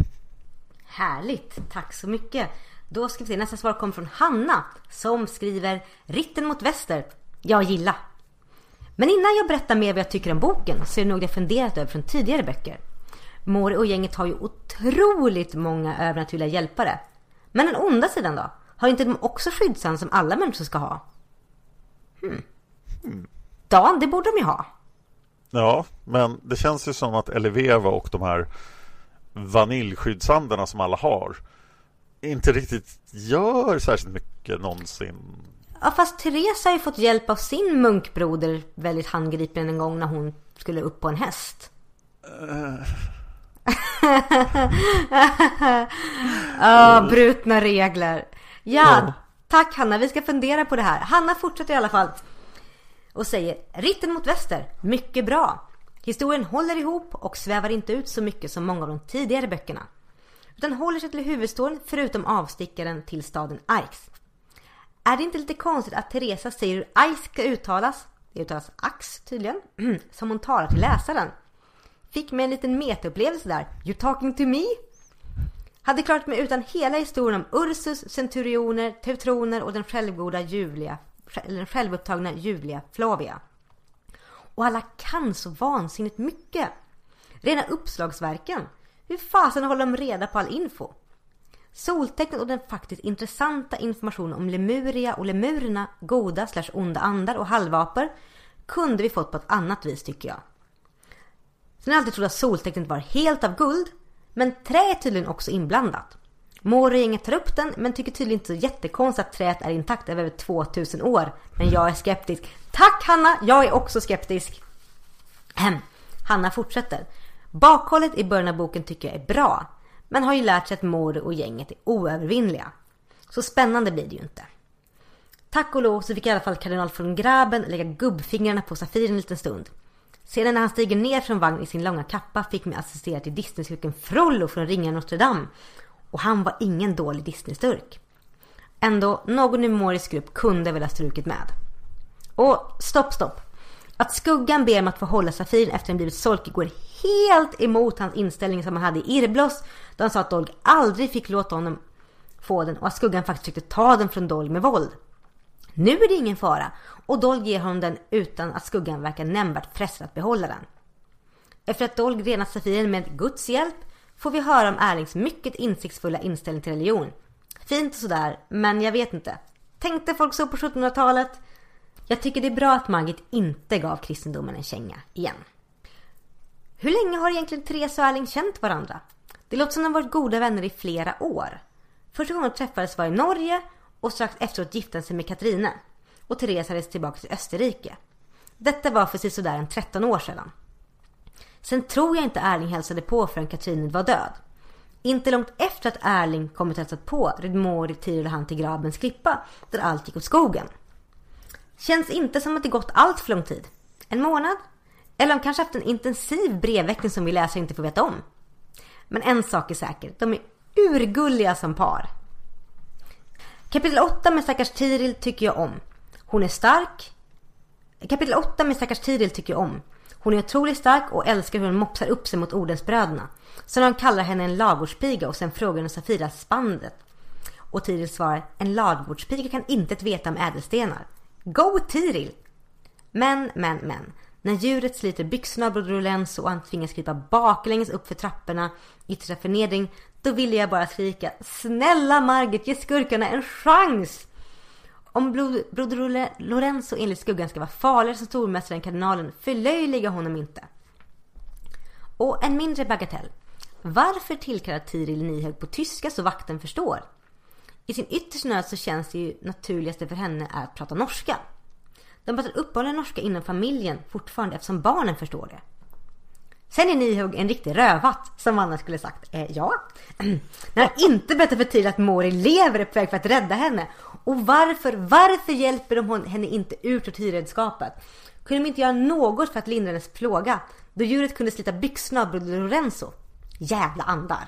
Härligt, tack så mycket. Då ska vi se, nästa svar kommer från Hanna som skriver Ritten mot väster. Jag gillar. Men innan jag berättar mer vad jag tycker om boken så är det nog jag funderat över från tidigare böcker. Mori och gänget har ju otroligt många övernaturliga hjälpare. Men den onda sidan då? Har inte de också skyddsand som alla människor ska ha? Hmm. Hmm. Dan, det borde de ju ha. Ja, men det känns ju som att Eleveva och de här vaniljskyddsandarna som alla har inte riktigt gör särskilt mycket någonsin. Ja, fast Teresa har ju fått hjälp av sin munkbroder väldigt handgripen en gång när hon skulle upp på en häst. Uh. oh, brutna regler. Ja, oh. Tack Hanna, vi ska fundera på det här. Hanna fortsätter i alla fall och säger Ritten mot väster, mycket bra. Historien håller ihop och svävar inte ut så mycket som många av de tidigare böckerna. Utan håller sig till huvudstoryn förutom avstickaren till staden Aix. Är det inte lite konstigt att Teresa säger hur Aix ska uttalas? Det uttalas Ax tydligen, som hon talar till läsaren. Fick mig en liten metaupplevelse där. You talking to me? Hade klarat mig utan hela historien om Ursus, centurioner, teutroner och den självgoda Julia, den självupptagna Julia Flavia. Och alla kan så vansinnigt mycket. Rena uppslagsverken. Hur fasen håller de reda på all info? Soltecknet och den faktiskt intressanta informationen om Lemuria och lemurerna, goda slash onda andar och halvaper kunde vi fått på ett annat vis tycker jag. Sen har jag alltid trott att soltecknet var helt av guld, men trä är tydligen också inblandat. Mori tar upp den, men tycker tydligen inte så jättekonstigt att träet är intakt över tvåtusen år. Men jag är skeptisk. Tack Hanna, jag är också skeptisk. Ahem. Hanna fortsätter. Bakhållet i början av boken tycker jag är bra, men har ju lärt sig att Mori och gänget är oövervinnliga. Så spännande blir det ju inte. Tack och lov så fick i alla fall kardinal från Graben lägga gubbfingrarna på Safiren en liten stund. Sedan när han stiger ner från vagn i sin långa kappa fick mig assistera till Disneyskurken Frollo från Ringen Notre Dame. Och han var ingen dålig Disney-sturk. Ändå, någon i Moris grupp kunde väl ha strukit med. Och stopp, stopp. Att skuggan ber om att få hålla Safiren efter att han blivit solkig går helt emot hans inställning som han hade i Irblos. Då han sa att Dolg aldrig fick låta honom få den och att skuggan faktiskt försökte ta den från Dolg med våld. Nu är det ingen fara och Dolg ger honom den utan att skuggan verkar nämnvärt frestad att behålla den. Efter att Dolg renat safiren med Guds hjälp får vi höra om Erlings mycket insiktsfulla inställning till religion. Fint och sådär, men jag vet inte. Tänkte folk så på sjuttonhundratalet? Jag tycker det är bra att Margit inte gav kristendomen en känga igen. Hur länge har egentligen Therese och Erling känt varandra? Det låter som de varit goda vänner i flera år. Första gången de träffades var i Norge och strax efteråt gifte sig med Katrine. Och Therese hade tillbaka till Österrike. Detta var för sig sådär en tretton år sedan. Sen tror jag inte Erling hälsade på förrän Katrine var död. Inte långt efter att Erling kommit att hälsat på red Mori, Tiril och han till Grabens klippa där allt gick åt skogen. Känns inte som att det gått allt för lång tid. En månad? Eller om kanske haft en intensiv brevväxling som vi läsare inte får veta om. Men en sak är säker, de är urgulliga som par. Kapitel åtta med stackars Tiril tycker jag om. Hon är stark. Kapitel åtta med stackars Tiril tycker jag om. Hon är otroligt stark och älskar hur hon mopsar upp sig mot Odensbröderna. Så de kallar henne en lagårdspiga och sen frågar hon Safira spandet. Och Tiril svarar, en lagårdspiga kan inte veta om ädelstenar. Go Tiril! Men, men, men. När djuret sliter byxorna av Broder Lorenzo och han tvingas krypa baklänges upp för trapporna i yttersta förnedring, då ville jag bara skrika, snälla Margit, ge skurkarna en chans! Om Broder Lorenzo enligt skuggan ska vara farligare som stormästare än kardinalen, förlöjliga honom inte. Och en mindre bagatell. Varför tillkallar Tiril Nihög på tyska så vakten förstår? I sin yttersta nöd så känns det ju naturligaste för henne är att prata norska. De pratar uppehållande norska inom familjen fortfarande eftersom barnen förstår det. Sen är Nihög en riktig rövat, som Anna skulle sagt. Eh, ja. När han inte berättar för Tiril att Mori lever är på väg för att rädda henne. Och varför, varför hjälper de henne inte ut ur tidredskapet? Kunde de inte göra något för att lindra hennes plåga? Då djuret kunde slita byxorna av Broder Lorenzo. Jävla andar.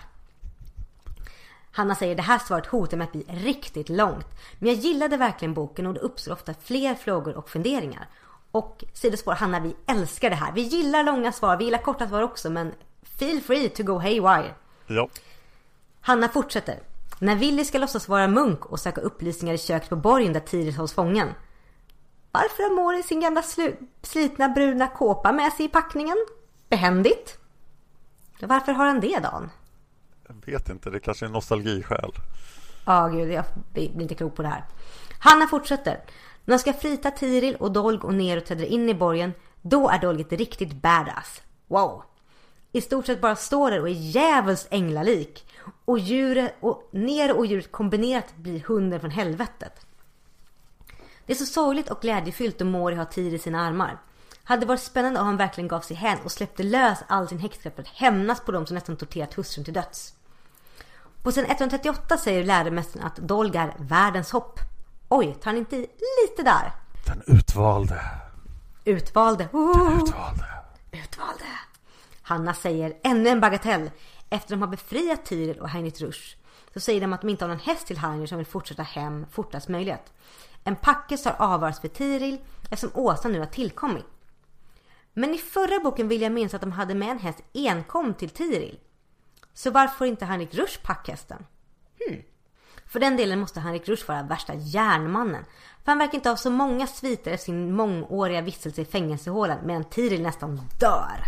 Hanna säger, det här svaret hotar med att bli riktigt långt. Men jag gillade verkligen boken och det uppstår ofta fler frågor och funderingar. Och sidospår, Hanna, vi älskar det här. Vi gillar långa svar, vi gillar korta svar också. Men feel free to go haywire. Ja. Hanna fortsätter. När Willy ska låtsas vara munk och söka upplysningar i köket på borgen där Tiril hålls fången. Varför har Mori sin gamla slu- slitna bruna kåpa med sig i packningen? Behändigt. Varför har han det, Dan? Jag vet inte, det kanske är en nostalgiskäl. Ja, gud, jag blir inte klok på det här. Hanna fortsätter. När de ska frita Tiril och Dolg och Nero träder in i borgen, då är Dolg ett riktigt badass. Wow. I stort sett bara står där och är djävulskt änglalik. Och djuret och Nero och djuret kombinerat blir hunden från helvetet. Det är så sorgligt och glädjefyllt att Mori har Tiril i sina armar. Hade varit spännande om han verkligen gav sig hän och släppte lös all sin häxkraft för att hämnas på dem som nästan torterat hustrun till döds. På sen etthundratrettioåtta säger lärarmästaren att Dolg är världens hopp. Oj, tar han inte i lite där? Den utvalde. Utvalde. Uh, Den utvalde. Utvalde. Hanna säger ännu en bagatell. Efter de har befriat Tiril och Heinrich Rusch så säger de att de inte har någon häst till Heinrich som vill fortsätta hem fortast möjligt. En packes har avvarats för Tiril eftersom Åsa nu har tillkommit. Men i förra boken vill jag minnas att de hade med en häst enkom till Tiril. Så varför får inte Heinrich Rusch packhästen? Hmm. För den delen måste Heinrich Rusch vara värsta järnmannen. För han verkar inte ha så många sviter efter sin mångåriga vistelse i fängelsehålan medan Tiril nästan dör.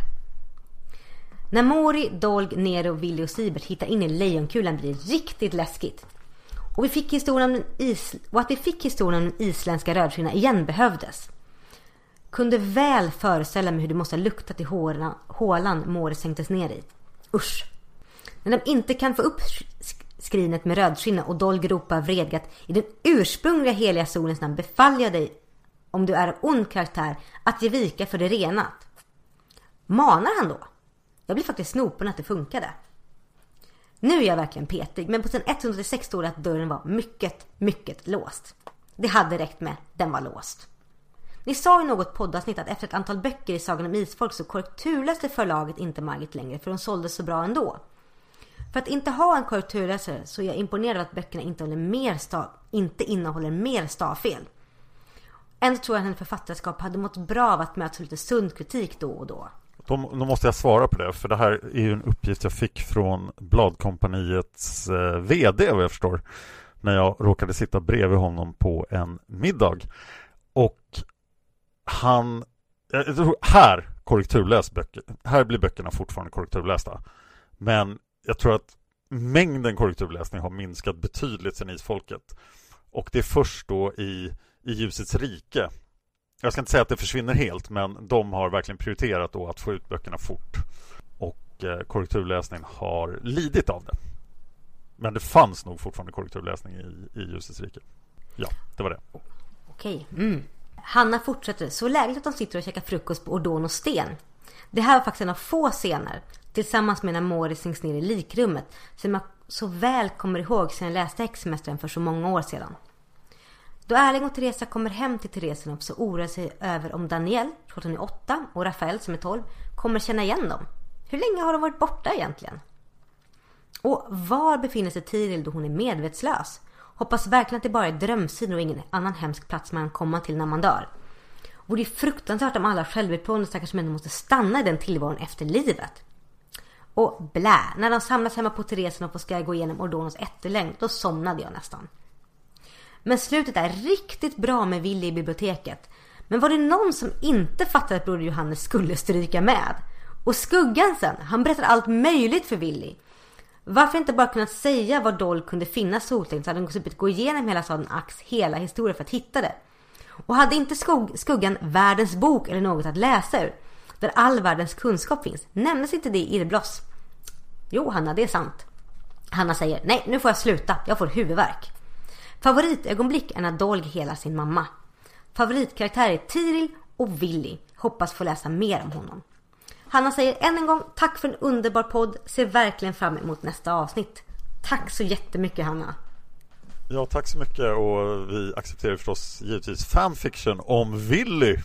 När Mori, Dolg, Nero, Willy och Sibert hittar in i lejonkulan blir det riktigt läskigt. Och, vi fick historien om den is- och att vi fick historien om den isländska rödskinna igen behövdes. Kunde väl föreställa mig hur det måste ha luktat i hålan, hålan Mori sänktes ner i. Usch. När de inte kan få upp skrinet med rödskinna och Dolg ropar vredgat i den ursprungliga heliga solens namn befaller jag dig, om du är av ond karaktär, att ge vika för det renat. Manar han då? Jag blir faktiskt snopen att det funkade. Nu är jag verkligen petig, men på sen etthundraåttiosex stod det att dörren var mycket, mycket låst. Det hade räckt med, den var låst. Ni sa i något poddavsnitt att efter ett antal böcker i Sagan om Isfolk så korrekturläste förlaget inte Margit längre för de sålde så bra ändå. För att inte ha en korrekturläsare så är jag imponerad att böckerna inte, håller mer stav, inte innehåller mer stavfel. Ändå tror jag att hennes författarskap hade mått bra av att möta lite sund kritik då och då. Då, då måste jag svara på det, för det här är ju en uppgift jag fick från Bladkompaniets eh, vd, vad jag förstår. när jag råkade sitta bredvid honom på en middag. Och han... Jag tror, här korrekturläs böcker. Här blir böckerna fortfarande korrekturlästa. Men jag tror att mängden korrekturläsning har minskat betydligt sedan Isfolket. Och det är först då i, i Ljusets rike. Jag ska inte säga att det försvinner helt, men de har verkligen prioriterat då att få ut böckerna fort. Och eh, korrekturläsning har lidit av det. Men det fanns nog fortfarande korrekturläsning i, i Ljusets rike. Ja, det var det. Okej. Mm. Hanna fortsätter. Så lägligt att de sitter och käkar frukost på Ordon och Sten. Det här var faktiskt en av få scener, tillsammans med när Maury sänks ner i likrummet, som jag så väl kommer ihåg sedan jag läste Häxmästaren för så många år sedan. Då Erling och Teresa kommer hem till Teresinop så oroar sig över om Daniel, som hon är åtta, och Rafael, som är tolv, kommer känna igen dem. Hur länge har de varit borta egentligen? Och var befinner sig Tiril då hon är medvetslös? Hoppas verkligen att det bara är drömsidor och ingen annan hemsk plats man kan komma till när man dör. Och det är fruktansvärt om alla självutplånade stackars människor måste stanna i den tillvaron efter livet. Och blä, när de samlas hemma på Teresinop och ska gå igenom Ordonos ätterlängd, då somnade jag nästan. Men slutet är riktigt bra med Willy i biblioteket. Men var det någon som inte fattade att broder Johannes skulle stryka med? Och Skuggan sen, han berättar allt möjligt för Willy. Varför inte bara kunnat säga var Doll kunde finna soltecken, så hade de gått gå igenom hela staden Ax hela historien för att hitta det. Och hade inte skugg, Skuggan världens bok eller något att läsa ur, där all världens kunskap finns, nämns inte det i Irrbloss. Jo, Hanna, det är sant. Hanna säger, nej, nu får jag sluta, jag får huvudvärk. Favoritögonblick är när Dolg helar sin mamma. Favoritkaraktär är Tiril och Willy. Hoppas få läsa mer om honom. Hanna säger än en gång tack för en underbar podd. Ser verkligen fram emot nästa avsnitt. Tack så jättemycket, Hanna. Ja, tack så mycket. Och vi accepterar förstås givetvis fanfiction om Willy.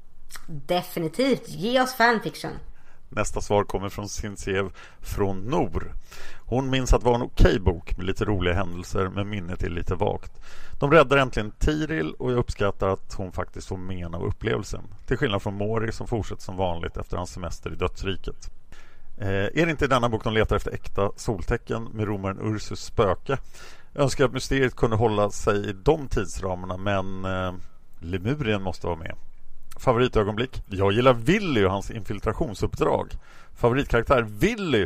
Definitivt, ge oss fanfiction. Nästa svar kommer från Sinsiev från Nor. Hon minns att det var en okej bok med lite roliga händelser, men minnet är lite vagt. De räddar äntligen Tiril och jag uppskattar att hon faktiskt får men av upplevelsen. Till skillnad från Maury som fortsätter som vanligt efter hans semester i dödsriket. Eh, är det inte i denna bok de letar efter äkta soltecken med romaren Ursus spöke? Jag önskar att mysteriet kunde hålla sig i de tidsramarna, men eh, Lemurien måste vara med. Favoritögonblick? Jag gillar Willy och hans infiltrationsuppdrag. Favoritkaraktär Willy.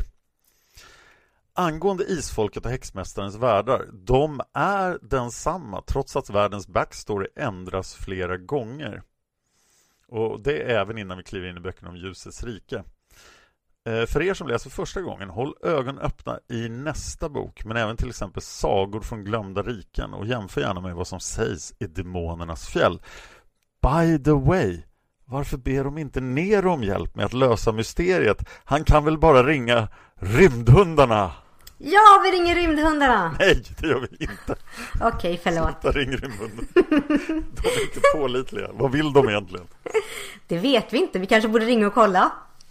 Angående Isfolket och Häxmästarens världar, de är densamma trots att världens backstory ändras flera gånger. Och det är även innan vi kliver in i böckerna om Ljusets rike. För er som läser första gången, håll ögonen öppna i nästa bok, men även till exempel sagor från glömda riken, och jämför gärna med vad som sägs i Demonernas fjäll. By the way, varför ber de inte ner om hjälp med att lösa mysteriet? Han kan väl bara ringa rymdhundarna? Ja, vi ringer rymdhundarna. Nej, det gör vi inte. Okej, okay, förlåt. Sluta ring rymdhundarna. De är inte pålitliga. Vad vill de egentligen? Det vet vi inte. Vi kanske borde ringa och kolla.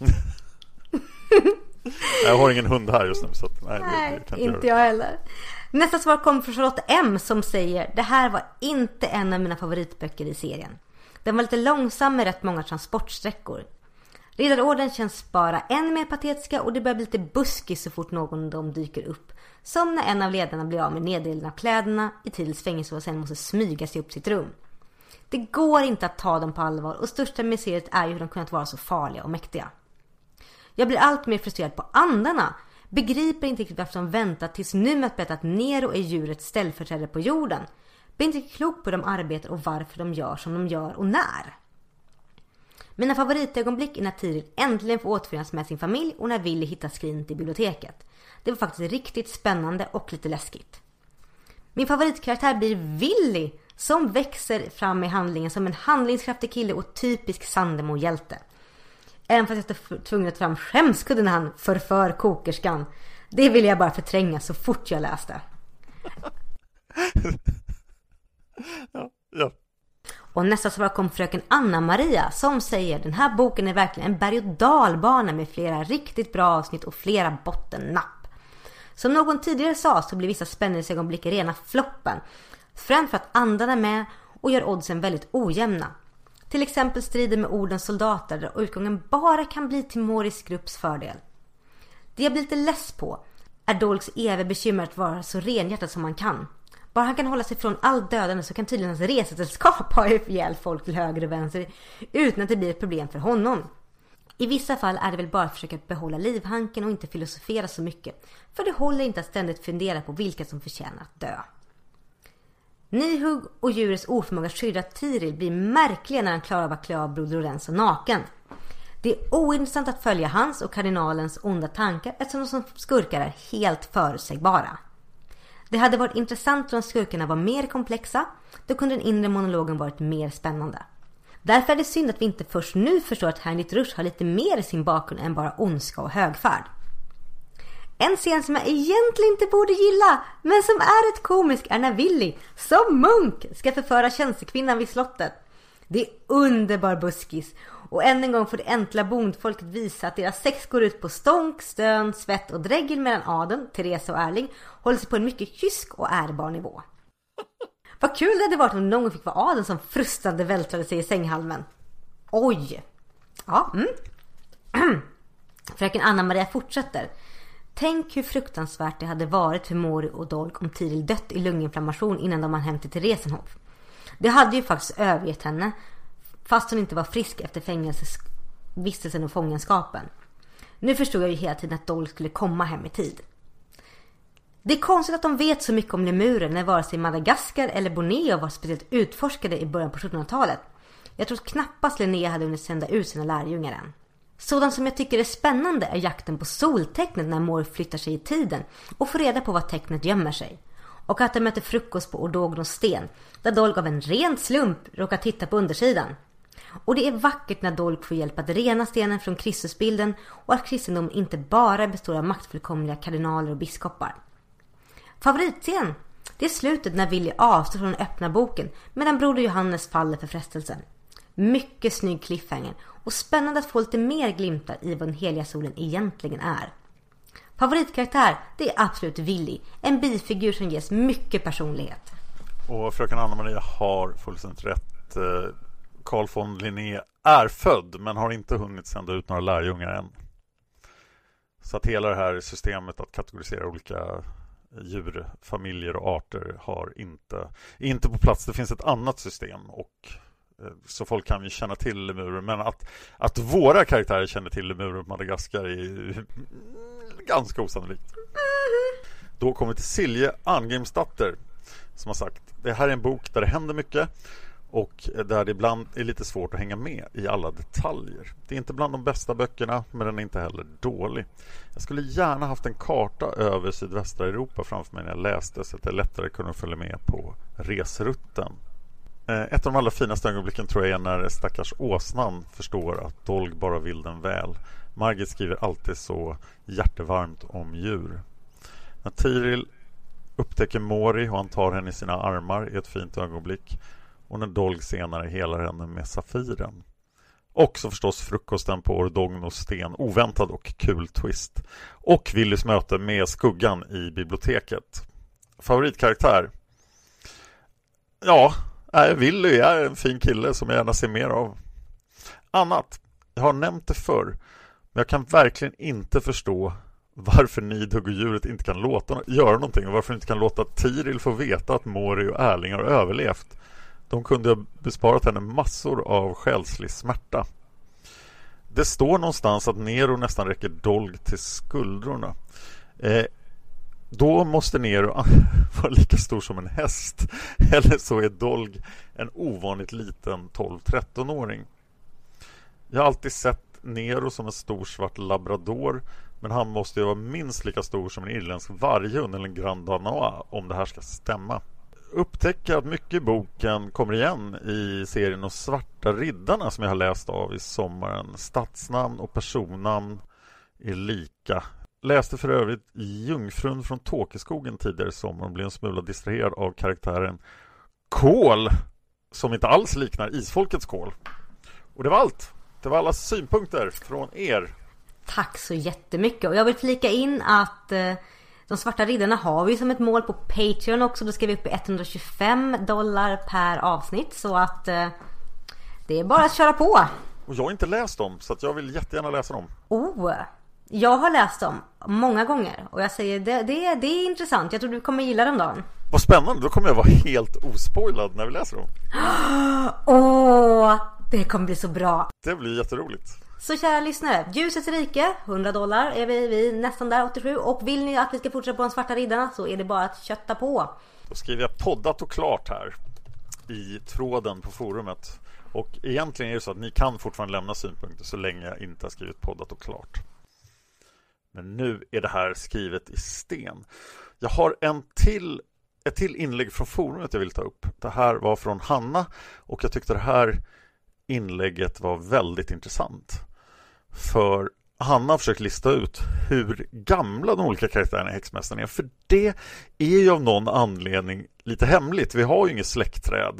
Jag har ingen hund här just nu, så att, nej, nej det, det kan inte, inte jag heller. Nästa svar kommer från Charlotte M som säger: det här var inte en av mina favoritböcker i serien. Den var lite långsam med rätt många transportsträckor. Riddarorden känns bara än mer patetiska, och det börjar bli lite buskis så fort någon av dem dyker upp. Som när en av ledarna blir av med neddelningen av kläderna i Tirils fängelse och sen måste smyga sig upp sitt rum. Det går inte att ta dem på allvar, och största mysteriet är ju hur de kunnat vara så farliga och mäktiga. Jag blir allt mer frustrerad på andarna. Begriper inte riktigt varför de väntar tills nu med att berätta att Nero är djurets ställföreträdare på jorden. Blir inte klok på hur de arbetar och varför de gör som de gör och när. Mina favoritögonblick är när Tiril äntligen får återförenas med sin familj och när Willy hittar skrinet i biblioteket. Det var faktiskt riktigt spännande och lite läskigt. Min favoritkaraktär blir Willy, som växer fram i handlingen som en handlingskraftig kille och typisk Sandemo-hjälte. Även fast jag är tvungen att ta fram skämskudden när han förför kokerskan. Det vill jag bara förtränga så fort jag läste. ja, ja. Och nästa svar kom fröken Anna-Maria som säger: den här boken är verkligen en berg- och dalbana med flera riktigt bra avsnitt och flera bottennapp. Som någon tidigare sa så blir vissa spänningsögonblick rena floppen. Främst för att andarna är med och gör oddsen väldigt ojämna. Till exempel strider med ordens soldater där utgången bara kan bli till Maurys grupps fördel. Det jag blir lite less på är Dolks eviga bekymmer att vara så renhjärtad som man kan. Bara han kan hålla sig från all dödande så kan tydligen hans resesällskap ha ihjäl folk till höger och vänster utan att det blir ett problem för honom. I vissa fall är det väl bara att försöka behålla livhanken och inte filosofera så mycket. För det håller inte att ständigt fundera på vilka som förtjänar att dö. Nihug och djurets oförmåga att skydda Tiril blir märkliga när han klarar av att klä av Broder Lorenzo naken. Det är ointressant att följa hans och kardinalens onda tankar eftersom de som skurkar är helt förutsägbara. Det hade varit intressant om skurkarna var mer komplexa, då kunde den inre monologen varit mer spännande. Därför är det synd att vi inte först nu förstår att Heinrich Rusch har lite mer i sin bakgrund än bara ondska och högfärd. En scen som jag egentligen inte borde gilla, men som är ett komisk, är när Willy, som munk, ska förföra tjänstekvinnan vid slottet. Det är underbar buskis. Och än en gång får det äntla bondfolket visa att deras sex går ut på stånk, stön, svett och dräggel medan adeln, Teresa och Erling, håller sig på en mycket kysk och ärbar nivå. Vad kul det hade varit om någon fick vara adeln som frustande vältrade sig i sänghalmen. Oj! Ja, mm. Fröken Anna-Maria fortsätter. Tänk hur fruktansvärt det hade varit för Mori och Dolk om Tiril dött i lunginflammation innan de hann hem till Theresenhof. Det hade ju faktiskt övergett henne, fast hon inte var frisk efter fängelsevistelsen och fångenskapen. Nu förstod jag ju hela tiden att Dolk skulle komma hem i tid. Det är konstigt att de vet så mycket om lemuren när vare sig Madagaskar eller Borneo var speciellt utforskade i början på sjuttonhundratalet. Jag tror knappast Linnea hade hunnit sända ut sina lärjungar än. Sådant som jag tycker är spännande är jakten på soltecknet när Mor flyttar sig i tiden och får reda på vad tecknet gömmer sig. Och att de möter frukost på Ordognos sten, där Dolk av en ren slump råkar titta på undersidan. Och det är vackert när Dolk får hjälp att rena stenen från Kristusbilden och att kristendom inte bara består av maktfullkomliga kardinaler och biskopar. Favoritscen, det är slutet när Willy avstår från att öppna boken medan broder Johannes faller för frestelsen. Mycket snygg cliffhanger och spännande att få lite mer glimtar i vad den heliga solen egentligen är. Favoritkaraktär, det är absolut Willy, en bifigur som ges mycket personlighet. Och fröken Anna-Maria har fullständigt rätt. Carl von Linné är född men har inte hunnit sända ut några lärjungar än. Så att hela det här systemet att kategorisera olika djur, familjer och arter har inte, inte på plats. Det finns ett annat system och så folk kan ju känna till lemuren, men att, att våra karaktärer känner till lemuren på Madagaskar är ganska osannolikt. Då kommer vi till Silje Arngrimsdatter som har sagt, det här är en bok där det händer mycket och där det ibland är lite svårt att hänga med i alla detaljer. Det är inte bland de bästa böckerna, men den är inte heller dålig. Jag skulle gärna haft en karta över sydvästra Europa framför mig när jag läste så att jag lättare kunde följa med på resrutten. Ett av de allra finaste ögonblicken tror jag är när stackars åsnan förstår att Dolg bara vill den väl. Margit skriver alltid så hjärtevarmt om djur. När Tiril upptäcker Mori och han tar henne i sina armar i ett fint ögonblick. Och när Dolg senare helar henne med safiren. Och så förstås frukosten på Ordognos sten. Oväntad och kul twist. Och Willys möte med skuggan i biblioteket. Favoritkaraktär? Ja, Willy är en fin kille som jag gärna ser mer av. Annat, jag har nämnt det förr, men jag kan verkligen inte förstå varför Nidhugg och djuret inte kan låta göra någonting och varför inte kan låta Tiril få veta att Mori och Erling har överlevt. De kunde ha besparat henne massor av själslig smärta. Det står någonstans att Nero nästan räcker Dolg till skuldrorna. Eh, Då måste Nero vara lika stor som en häst. Eller så är Dolg en ovanligt liten tolv-tretton-åring. Jag har alltid sett Nero som en stor svart labrador. Men han måste ju vara minst lika stor som en irländsk varghund eller en Grand Danois om det här ska stämma. Upptäcker att mycket i boken kommer igen i serien De svarta riddarna som jag har läst av i sommaren. Stadsnamn och personnamn är lika. Läste för övrigt Jungfrun från Tåkeskogen tidigare i sommar och blev en smula distraherad av karaktären Kål som inte alls liknar isfolkets kål. Och det var allt. Det var alla synpunkter från er. Tack så jättemycket. Och jag vill flika in att eh, de svarta riddarna har vi som ett mål på Patreon också. Då ska vi upp i etthundratjugofem dollar per avsnitt. Så att eh, det är bara att köra på. Och jag har inte läst dem så att jag vill jättegärna läsa dem. Oh, jag har läst dem många gånger. Och jag säger, det, det, det är intressant. Jag tror du kommer gilla dem då. Vad spännande, då kommer jag vara helt ospoilad när vi läser dem. Åh, det kommer bli så bra. Det blir jätteroligt. Så kära lyssnare, Ljusets rike, hundra dollar är vi, vi nästan där, åttiosju. Och vill ni att vi ska fortsätta på en svarta riddarna så är det bara att kötta på. Då skriver jag poddat och klart här i tråden på forumet. Och egentligen är det så att ni kan fortfarande lämna synpunkter så länge jag inte har skrivit poddat och klart. Men nu är det här skrivet i sten. Jag har en till, ett till inlägg från forumet jag vill ta upp. Det här var från Hanna och jag tyckte det här inlägget var väldigt intressant. För Hanna har försökt lista ut hur gamla de olika karaktärerna i Häxmästaren är. För det är ju av någon anledning lite hemligt. Vi har ju inget släktträd.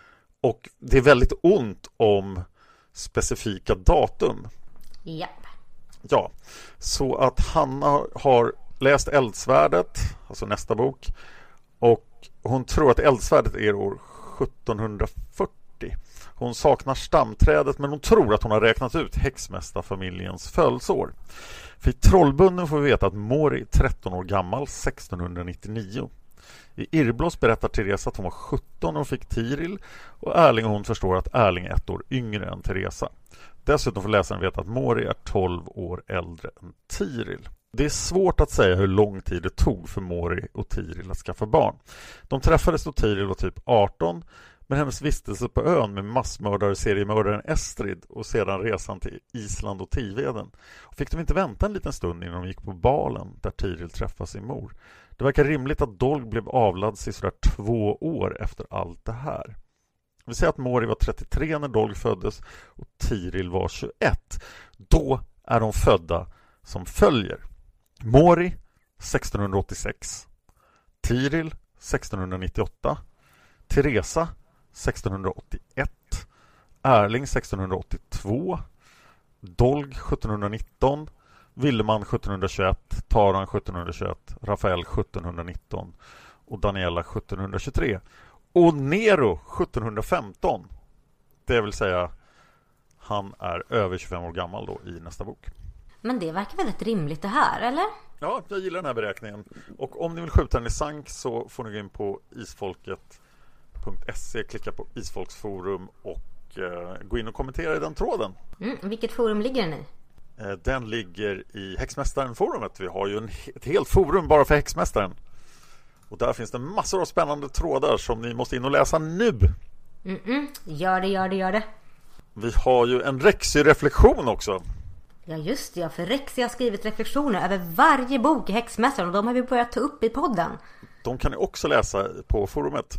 Och det är väldigt ont om specifika datum. Japp. Ja, så att Hanna har läst Eldsvärdet, alltså nästa bok. Och hon tror att Eldsvärdet är år sjuttonhundrafyrtio. Hon saknar stamträdet men hon tror att hon har räknat ut häxmästarfamiljens födelseår. För i Trollbunden får vi veta att Mori är tretton år gammal sextonhundranittionio. I Irblås berättar Teresa att hon var sjutton när hon fick Tiril och Erling och hon förstår att Erling är ett år yngre än Teresa. Dessutom får läsaren veta att Mori är tolv år äldre än Tiril. Det är svårt att säga hur lång tid det tog för Mori och Tiril att skaffa barn. De träffades då Tiril var typ arton, men hennes vistelse på ön med massmördare seriemördaren Estrid och sedan resan till Island och Tiveden. Och fick de inte vänta en liten stund innan de gick på balen där Tiril träffade sin mor. Det verkar rimligt att Dolg blev avlad sig sådär två år efter allt det här. Vi säger att Mori var trettiotre när Dolg föddes och Tiril var tjugoett. Då är de födda som följer. Mori sextonhundraåttiosex, Tiril sextonhundranittioåtta, Teresa sextonhundraåttioett, Erling sextonhundraåttiotvå, Dolg sjuttonhundranitton, Villeman sjuttonhundratjugoett, Taran sjuttonhundratjugoett, Rafael sjuttonhundranitton och Daniela sjuttonhundratjugotre. Och Nero sjuttonhundrafemton. Det vill säga han är över tjugofem år gammal då i nästa bok. Men det verkar väldigt rimligt det här, eller? Ja, jag gillar den här beräkningen. Och om ni vill skjuta den i sank så får ni gå in på isfolket punkt se, klicka på Isfolksforum och eh, gå in och kommentera i den tråden. Mm, vilket forum ligger den i? Eh, den ligger i Häxmästaren-forumet. Vi har ju en, ett helt forum bara för Häxmästaren. Och där finns det massor av spännande trådar som ni måste in och läsa nu. Mm-mm. Gör det, gör det, gör det. Vi har ju en Rexy-reflektion också. Ja just det, ja, för Rexy har skrivit reflektioner över varje bok i Häxmästaren och de har vi börjat ta upp i podden. De kan ni också läsa på forumet.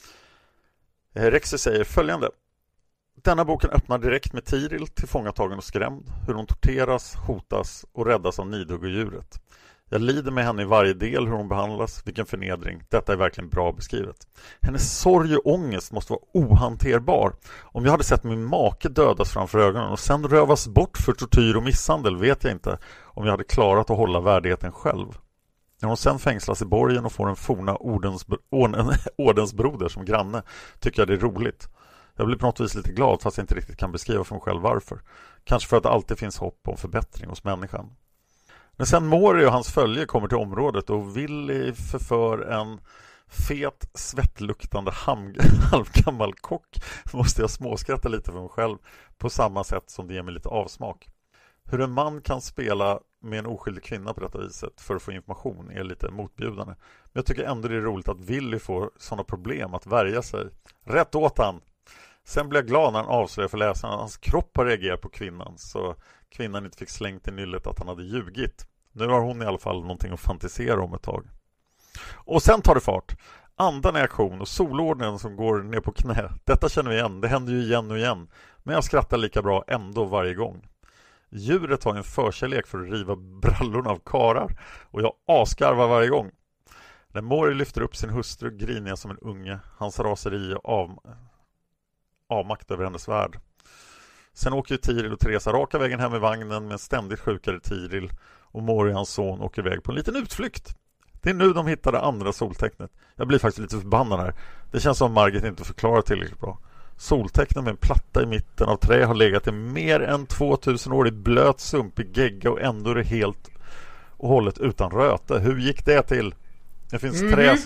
Rexy säger följande. Denna boken öppnar direkt med Tiril tillfångatagen och skrämd. Hur hon torteras, hotas och räddas av nidhuggardjuret. Jag lider med henne i varje del hur hon behandlas, vilken förnedring. Detta är verkligen bra beskrivet. Hennes sorg och ångest måste vara ohanterbar. Om jag hade sett min make dödas framför ögonen och sen rövas bort för tortyr och misshandel vet jag inte om jag hade klarat att hålla värdigheten själv. När hon sen fängslas i borgen och får en forna ordens, orden, ordensbroder som granne tycker jag det är roligt. Jag blir på något vis lite glad fast jag inte riktigt kan beskriva för mig själv varför. Kanske för att det alltid finns hopp om förbättring hos människan. När sen Mori och hans följe kommer till området och Willy förför en fet, svettluktande halvgammal kock måste jag småskratta lite för mig själv på samma sätt som det ger mig lite avsmak. Hur en man kan spela med en oskyldig kvinna på detta viset för att få information är lite motbjudande. Men jag tycker ändå det är roligt att Willy får sådana problem att värja sig. Rätt åt han! Sen blev jag glad när han avslöjar för läsaren att hans kropp har reagerat på kvinnan så kvinnan inte fick slängt i nyllet att han hade ljugit. Nu har hon i alla fall någonting att fantisera om ett tag. Och sen tar det fart. Andan i aktion och solordningen som går ner på knä. Detta känner vi igen, det händer ju igen och igen. Men jag skrattar lika bra ändå varje gång. Djuret har en förkärlek för att riva brallorna av karar och jag askarvar varje gång. När Mori lyfter upp sin hustru griner jag som en unge. Hans raseri och av... avmakt över hennes värld. Sen åker ju Tiril och Teresa raka vägen hem i vagnen med en ständigt sjukare Tiril och Mori, hans son, åker iväg på en liten utflykt. Det är nu de hittar det andra soltecknet. Jag blir faktiskt lite förbannad här. Det känns som Margit inte förklarar tillräckligt bra. Soltecknet med en platta i mitten av trä har legat i mer än tvåtusen år i blöt sumpig gegga och ändå är det helt och hållet utan röte. Hur gick det till? Det finns mm-hmm. trä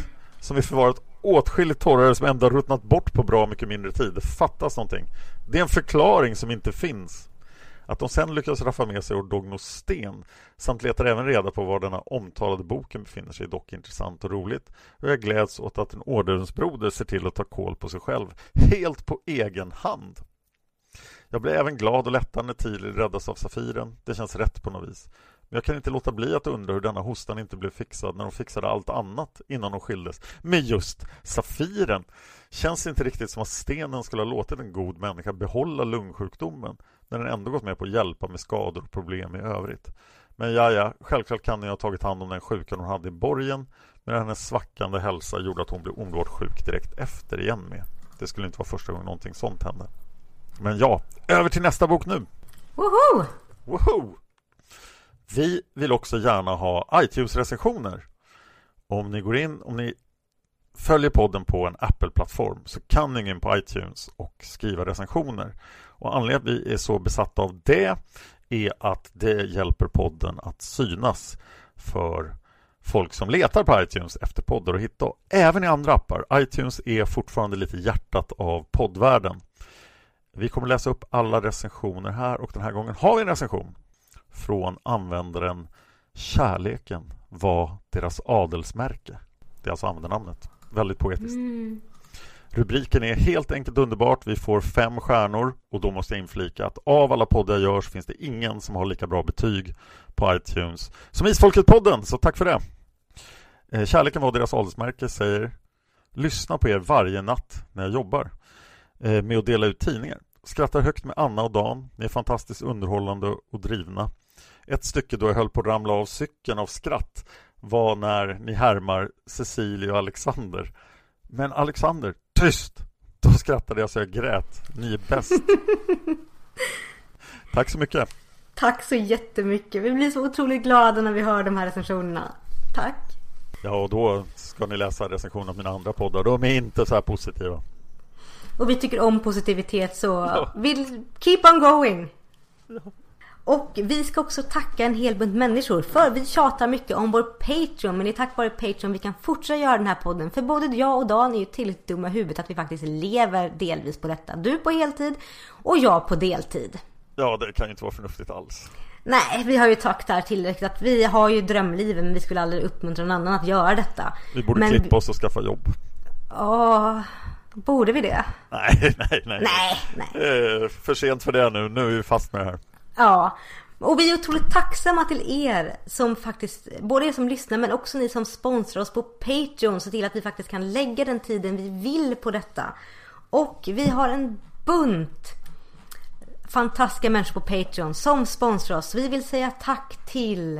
som vi förvarat åtskilligt torrare som ändå ruttnat bort på bra mycket mindre tid. Det fattas någonting. Det är en förklaring som inte finns. Att de sen lyckas raffa med sig Ordognosten samt letar även reda på var denna omtalade boken befinner sig är dock intressant och roligt. Och jag gläds åt att en ordensbroder ser till att ta koll på sig själv helt på egen hand. Jag blir även glad och lättad när Tilly räddas av Safiren. Det känns rätt på något vis. Men jag kan inte låta bli att undra hur denna hostan inte blev fixad när de fixade allt annat innan de skildes. Men just Safiren känns inte riktigt som att stenen skulle ha låtit en god människa behålla lungsjukdomen när den ändå gått med på att hjälpa med skador och problem i övrigt. Men ja, ja, självklart kan jag ha tagit hand om den sjukan hon hade i borgen, men hennes svackande hälsa gjorde att hon blev omedelbart sjuk direkt efter igen med. Det skulle inte vara första gången någonting sånt hände. Men ja, över till nästa bok nu. Woho! Woho! Vi vill också gärna ha iTunes-recensioner. Om ni går in, om ni följer podden på en Apple-plattform så kan ni gå in på iTunes och skriva recensioner. Och anledningen att vi är så besatta av det är att det hjälper podden att synas för folk som letar på iTunes efter poddar och hitta. Även i andra appar. iTunes är fortfarande lite hjärtat av poddvärlden. Vi kommer läsa upp alla recensioner här och den här gången har vi en recension från användaren Kärleken var deras adelsmärke. Det är alltså användarnamnet. Väldigt poetiskt. Mm. Rubriken är helt enkelt underbart. Vi får fem stjärnor och då måste jag inflika att av alla poddar jag gör så finns det ingen som har lika bra betyg på iTunes som Isfolket-podden, så tack för det. Eh, Kärleken var deras adelsmärke säger: lyssna på er varje natt när jag jobbar eh, med att dela ut tidningar. Skrattar högt med Anna och Dan. Ni är fantastiskt underhållande och drivna. Ett stycke då jag höll på att ramla av cykeln av skratt var när ni härmar Cecilia och Alexander. Men Alexander, tyst! Då skrattade jag så jag grät. Ni är bäst. Tack så mycket. Tack så jättemycket. Vi blir så otroligt glada när vi hör de här recensionerna. Tack. Ja, och då ska ni läsa recensioner av mina andra poddar. De är inte så här positiva. Och vi tycker om positivitet, så ja. Vill keep on going. Ja. Och vi ska också tacka en hel bunt människor, för vi tjatar mycket om vår Patreon, men det är tack vare Patreon vi kan fortsätta göra den här podden. För både jag och Dan är ju tillräckligt dumma i huvudet att vi faktiskt lever delvis på detta. Du på heltid och jag på deltid. Ja, det kan ju inte vara förnuftigt alls. Nej, vi har ju sagt där tillräckligt att vi har ju drömlivet, men vi skulle aldrig uppmuntra någon annan att göra detta. Vi borde men... klippa oss och skaffa jobb. Åh, borde vi det? Nej, nej, nej. Nej, nej. Eh, för sent för det nu, nu är vi fast med det här. Ja, och vi är otroligt tacksamma till er som faktiskt, både er som lyssnar men också ni som sponsrar oss på Patreon, så till att vi faktiskt kan lägga den tiden vi vill på detta. Och vi har en bunt fantastiska människor på Patreon som sponsrar oss. Vi vill säga tack till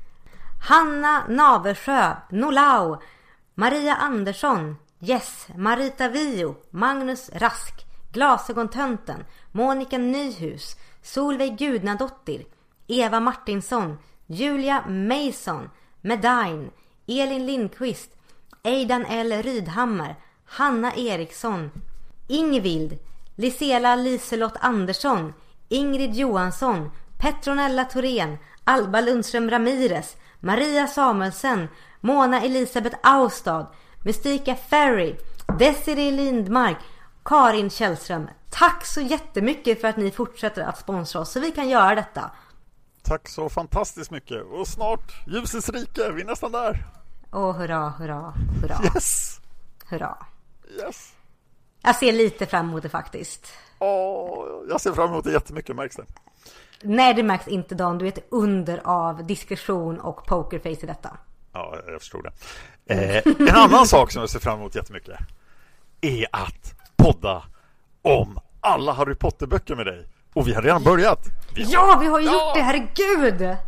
Hanna Naversjö, Nolau, Maria Andersson, Yes, Marita Vio, Magnus Rask, Glasögontönten, Monica Nyhus, Solveig Gudnadottir, Eva Martinsson, Julia Mason, Medain, Elin Lindqvist, Aidan L. Rydhammar, Hanna Eriksson, Ingvild, Lisela Liselott Andersson, Ingrid Johansson, Petronella Thorén, Alba Lundström Ramirez, Maria Samuelsen, Mona Elisabeth Austad, Mystika Ferry, Desiree Lindmark, Karin Källström. Tack så jättemycket för att ni fortsätter att sponsra oss så vi kan göra detta. Tack så fantastiskt mycket. Och snart ljusets rike, vi är nästan där. Åh, hurra, hurra, hurra. Yes. Hurra. Yes. Jag ser lite fram emot det faktiskt. Åh, jag ser fram emot det jättemycket, märks det? Nej, det märks inte, Dan. Du är ett under av diskretion och pokerface i detta. Ja, jag förstår det. Eh, en annan sak som jag ser fram emot jättemycket är att podda om alla Harry Potter-böcker med dig. Och vi har redan börjat. Vi har... Ja, vi har gjort ja. det, herregud!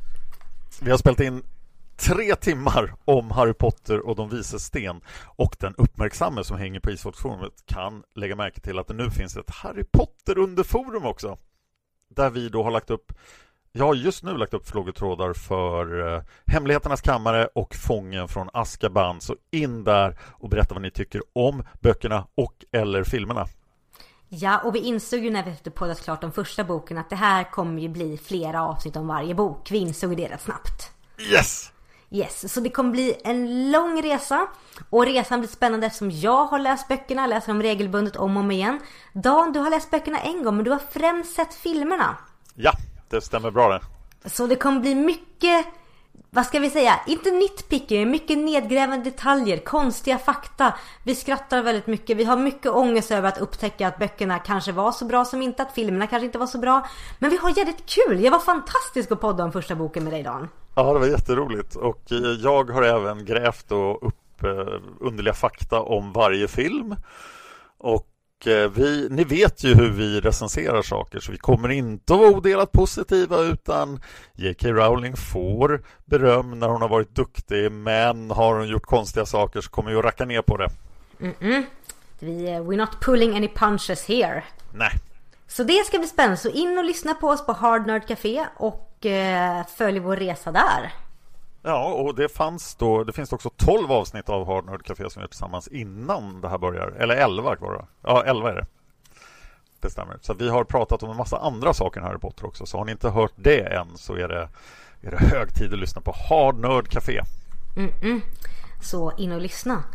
Vi har spelat in tre timmar om Harry Potter och de vises sten. Och den uppmärksamme som hänger på Isfolksforumet kan lägga märke till att det nu finns ett Harry Potter under forum också. Där vi då har lagt upp, jag har just nu lagt upp frågetrådar för eh, Hemligheternas kammare och Fången från Azkaban. Så in där och berätta vad ni tycker om böckerna och eller filmerna. Ja, och vi insåg ju när vi hade poddat klart om första boken att det här kommer ju bli flera avsnitt om varje bok. Vi insåg det rätt snabbt. Yes! Yes, så det kommer bli en lång resa. Och resan blir spännande eftersom jag har läst böckerna, läser dem regelbundet om och om igen. Dan, du har läst böckerna en gång, men du har främst sett filmerna. Ja, det stämmer bra det. Så det kommer bli mycket, vad ska vi säga, inte nitpicky, mycket nedgrävande detaljer, konstiga fakta. Vi skrattar väldigt mycket, vi har mycket ångest över att upptäcka att böckerna kanske var så bra som inte, att filmerna kanske inte var så bra. Men vi har jävligt kul, jag var fantastisk att podda om första boken med dig, Dan. Ja, det var jätteroligt. Och jag har även grävt och upp eh, underliga fakta om varje film. Och eh, vi, ni vet ju hur vi recenserar saker, så vi kommer inte att vara odelat positiva, utan J K Rowling får beröm när hon har varit duktig, men har hon gjort konstiga saker så kommer vi att racka ner på det. Mm-mm. Vi, we're not pulling any punches here. Nej. Så det ska bli spännande, så in och lyssna på oss på Hard Nerd Café och eh, följ vår resa där. Ja, och det fanns då, det finns också tolv avsnitt av Hard Nerd Café som vi är tillsammans innan det här börjar. Eller elva var det. Ja, elva är det. Det stämmer. Så vi har pratat om en massa andra saker i Harry Potter också. Så har ni inte hört det än så är det, är det hög tid att lyssna på Hard Nerd Café. Mm-mm. Så in och lyssna.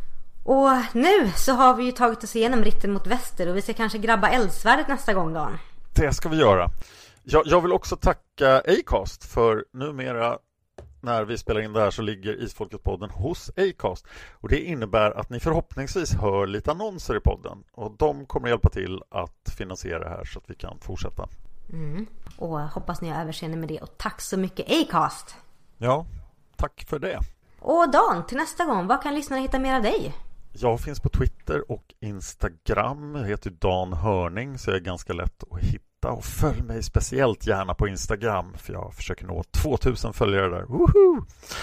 Och nu så har vi ju tagit oss igenom Ritten mot väster, och vi ska kanske grabba eldsvärdet nästa gång, Dan. Det ska vi göra. Jag, jag vill också tacka Acast, för numera när vi spelar in det här så ligger Isfolket-podden hos Acast. Och det innebär att ni förhoppningsvis hör lite annonser i podden. Och de kommer hjälpa till att finansiera det här så att vi kan fortsätta. Mm. Och hoppas ni har överseende med det. Och tack så mycket Acast. Ja, tack för det. Och Dan, till nästa gång, vad kan lyssnarna hitta mer av dig? Jag finns på Twitter och Instagram. Jag heter Dan Hörning, så jag är ganska lätt att hitta. Och följ mig speciellt gärna på Instagram, för jag försöker nå tvåtusen följare där. Woho!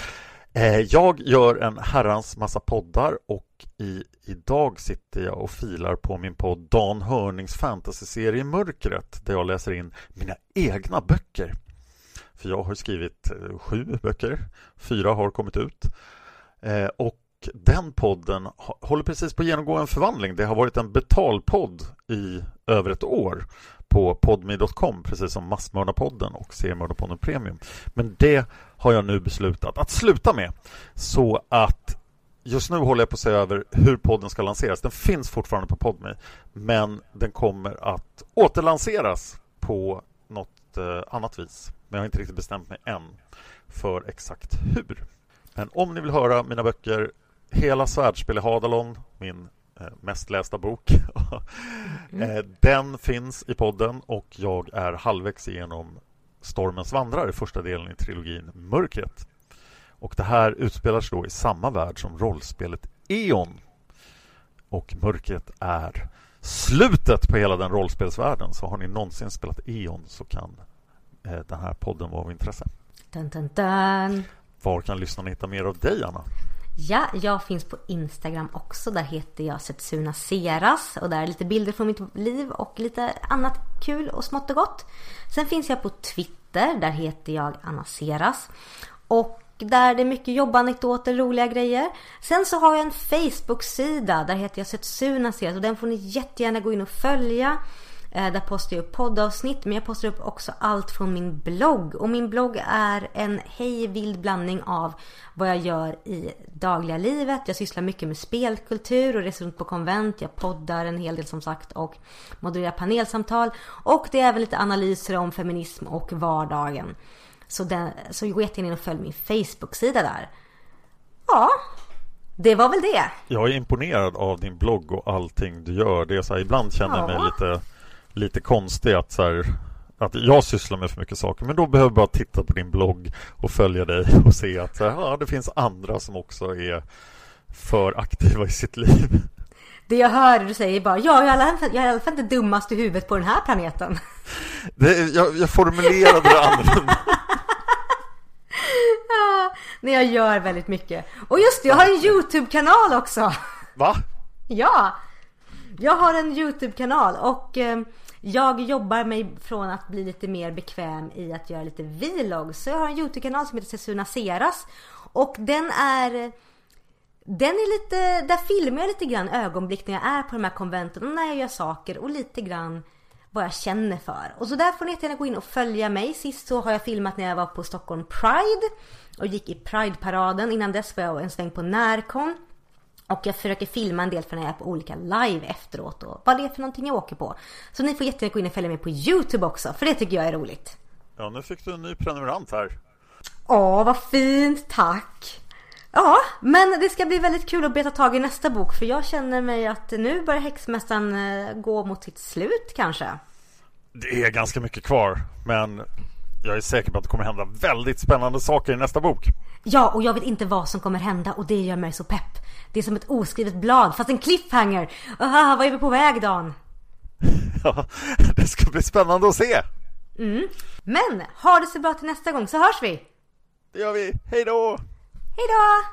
Eh, jag gör en herrans massa poddar, och i, idag sitter jag och filar på min podd Dan Hörnings fantasyserie Mörkret, där jag läser in mina egna böcker. För jag har skrivit eh, sju böcker, fyra har kommit ut. Eh, och den podden håller precis på att genomgå en förvandling. Det har varit en betalpodd i över ett år på podme dot com, precis som Massmördarpodden och Seriemördarpodden Premium. Men det har jag nu beslutat att sluta med. Så att just nu håller jag på att se över hur podden ska lanseras. Den finns fortfarande på Podme, men den kommer att återlanseras på något eh, annat vis. Men jag har inte riktigt bestämt mig än för exakt hur. Men om ni vill höra mina böcker, Hela Svärdspel i Hadalon, min eh, mest lästa bok, mm. eh, den finns i podden, och jag är halvvägs igenom Stormens vandrare, första delen i trilogin Mörkret. Och det här utspelar sig då i samma värld som rollspelet Eon. Och Mörkret är slutet på hela den rollspelsvärlden. Så har ni någonsin spelat Eon så kan eh, den här podden vara av intresse. Dun, dun, dun. Var kan lyssnarna hitta mer av dig, Anna? Ja, jag finns på Instagram också. Där heter jag Setsuna Seras. Och där är lite bilder från mitt liv och lite annat kul och smått och gott. Sen finns jag på Twitter. Där heter jag Anna Seras. Och där det är mycket jobbanekdoter, roliga grejer. Sen så har jag en Facebook-sida. Där heter jag Setsuna Seras. Och den får ni jättegärna gå in och följa. Där postar jag upp poddavsnitt, men jag postar upp också allt från min blogg. Och min blogg är en hejvild blandning av vad jag gör i dagliga livet. Jag sysslar mycket med spelkultur och reser runt på konvent. Jag poddar en hel del som sagt och modererar panelsamtal. Och det är även lite analyser om feminism och vardagen. Så, den, så gå jättegärna in och följ min Facebook-sida där. Ja, det var väl det. Jag är imponerad av din blogg och allting du gör. Det är så här, ibland känner jag mig ja. lite... lite konstigt att, så här, att jag sysslar med för mycket saker, men då behöver jag bara titta på din blogg och följa dig och se att så här, ja, det finns andra som också är för aktiva i sitt liv. Det jag hör du säger bara, ja, jag är i alla fall, jag är i alla fall inte dummast i huvudet på den här planeten. Det, jag, jag formulerade det annorlunda. Ja, men jag gör väldigt mycket. Och just det, jag har en YouTube-kanal också. Va? Ja, jag har en YouTube-kanal och eh, jag jobbar mig från att bli lite mer bekväm i att göra lite vlogg. Så jag har en YouTube-kanal som heter Setsuna Seras. Och den är... Den är lite... Där filmar jag lite grann ögonblick när jag är på de här konventen. Och när jag gör saker och lite grann vad jag känner för. Och så där får ni gärna gå in och följa mig. Sist så har jag filmat när jag var på Stockholm Pride. och gick i Pride-paraden. Innan dess var jag en sväng på Närcon. Och jag försöker filma en del för när jag är på olika live efteråt. Och vad det är för någonting jag åker på. Så ni får jättegärna gå in och följa mig på YouTube också. För det tycker jag är roligt. Ja, nu fick du en ny prenumerant här. Åh, vad fint, tack. Ja, men det ska bli väldigt kul att beta tag i nästa bok. För jag känner mig att nu börjar Häxmästaren gå mot sitt slut kanske. Det är ganska mycket kvar, men jag är säker på att det kommer hända väldigt spännande saker i nästa bok. Ja, och jag vet inte vad som kommer hända och det gör mig så pepp. Det är som ett oskrivet blad, fast en cliffhanger. Aha, vad är vi på väg, Dan? Ja, det ska bli spännande att se. Mm. Men, ha det så bra till nästa gång så hörs vi. Det gör vi, hej då! Hej då!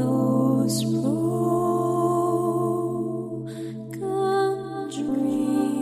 Those broken dreams.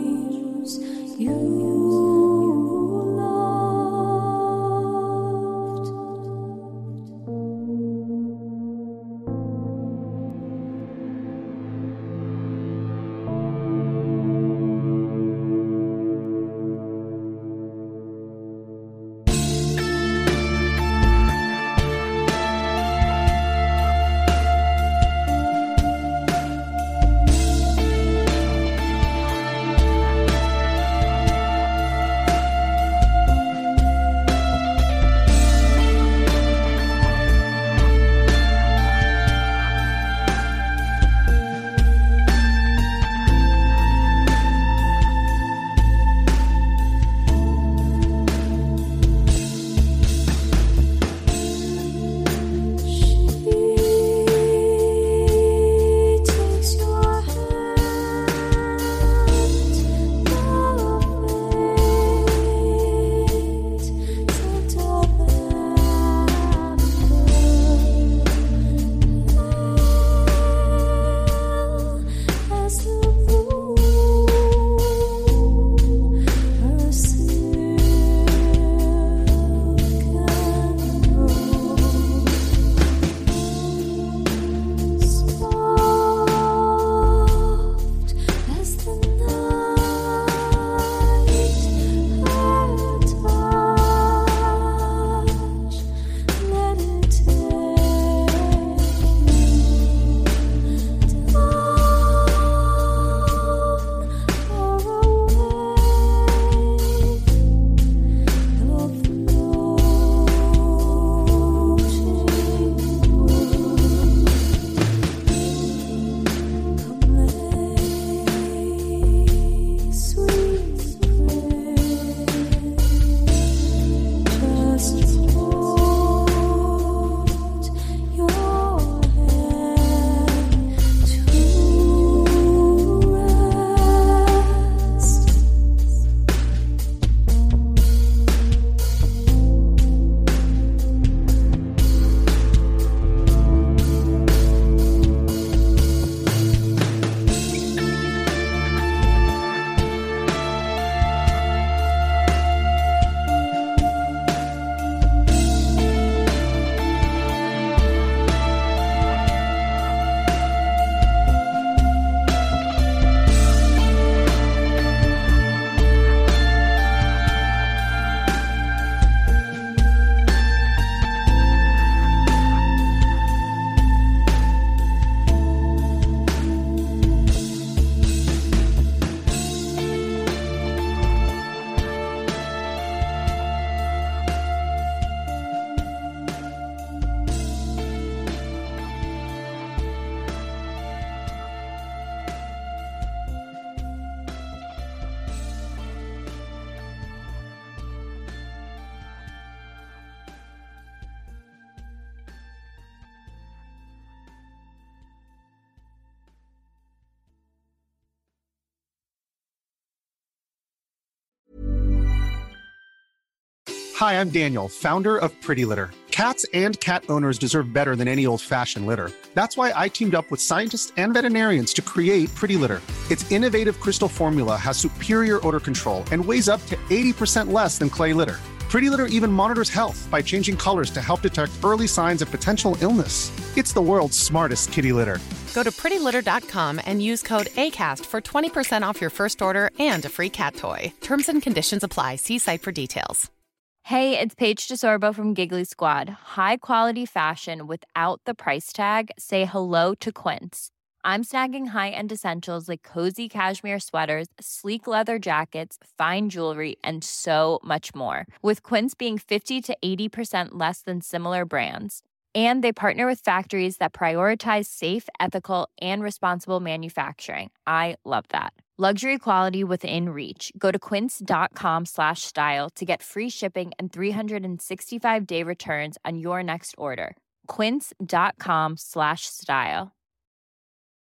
Hi, I'm Daniel, founder of Pretty Litter. Cats and cat owners deserve better than any old-fashioned litter. That's why I teamed up with scientists and veterinarians to create Pretty Litter. Its innovative crystal formula has superior odor control and weighs up to eighty percent less than clay litter. Pretty Litter even monitors health by changing colors to help detect early signs of potential illness. It's the world's smartest kitty litter. Go to pretty litter dot com and use code ACAST for twenty percent off your first order and a free cat toy. Terms and conditions apply. See site for details. Hey, it's Paige DeSorbo from Giggly Squad. High quality fashion without the price tag. Say hello to Quince. I'm snagging high-end essentials like cozy cashmere sweaters, sleek leather jackets, fine jewelry, and so much more. With Quince being fifty to eighty percent less than similar brands. And they partner with factories that prioritize safe, ethical, and responsible manufacturing. I love that. Luxury quality within reach. Go to quince.com slash style to get free shipping and three sixty-five day returns on your next order. Quince.com slash style.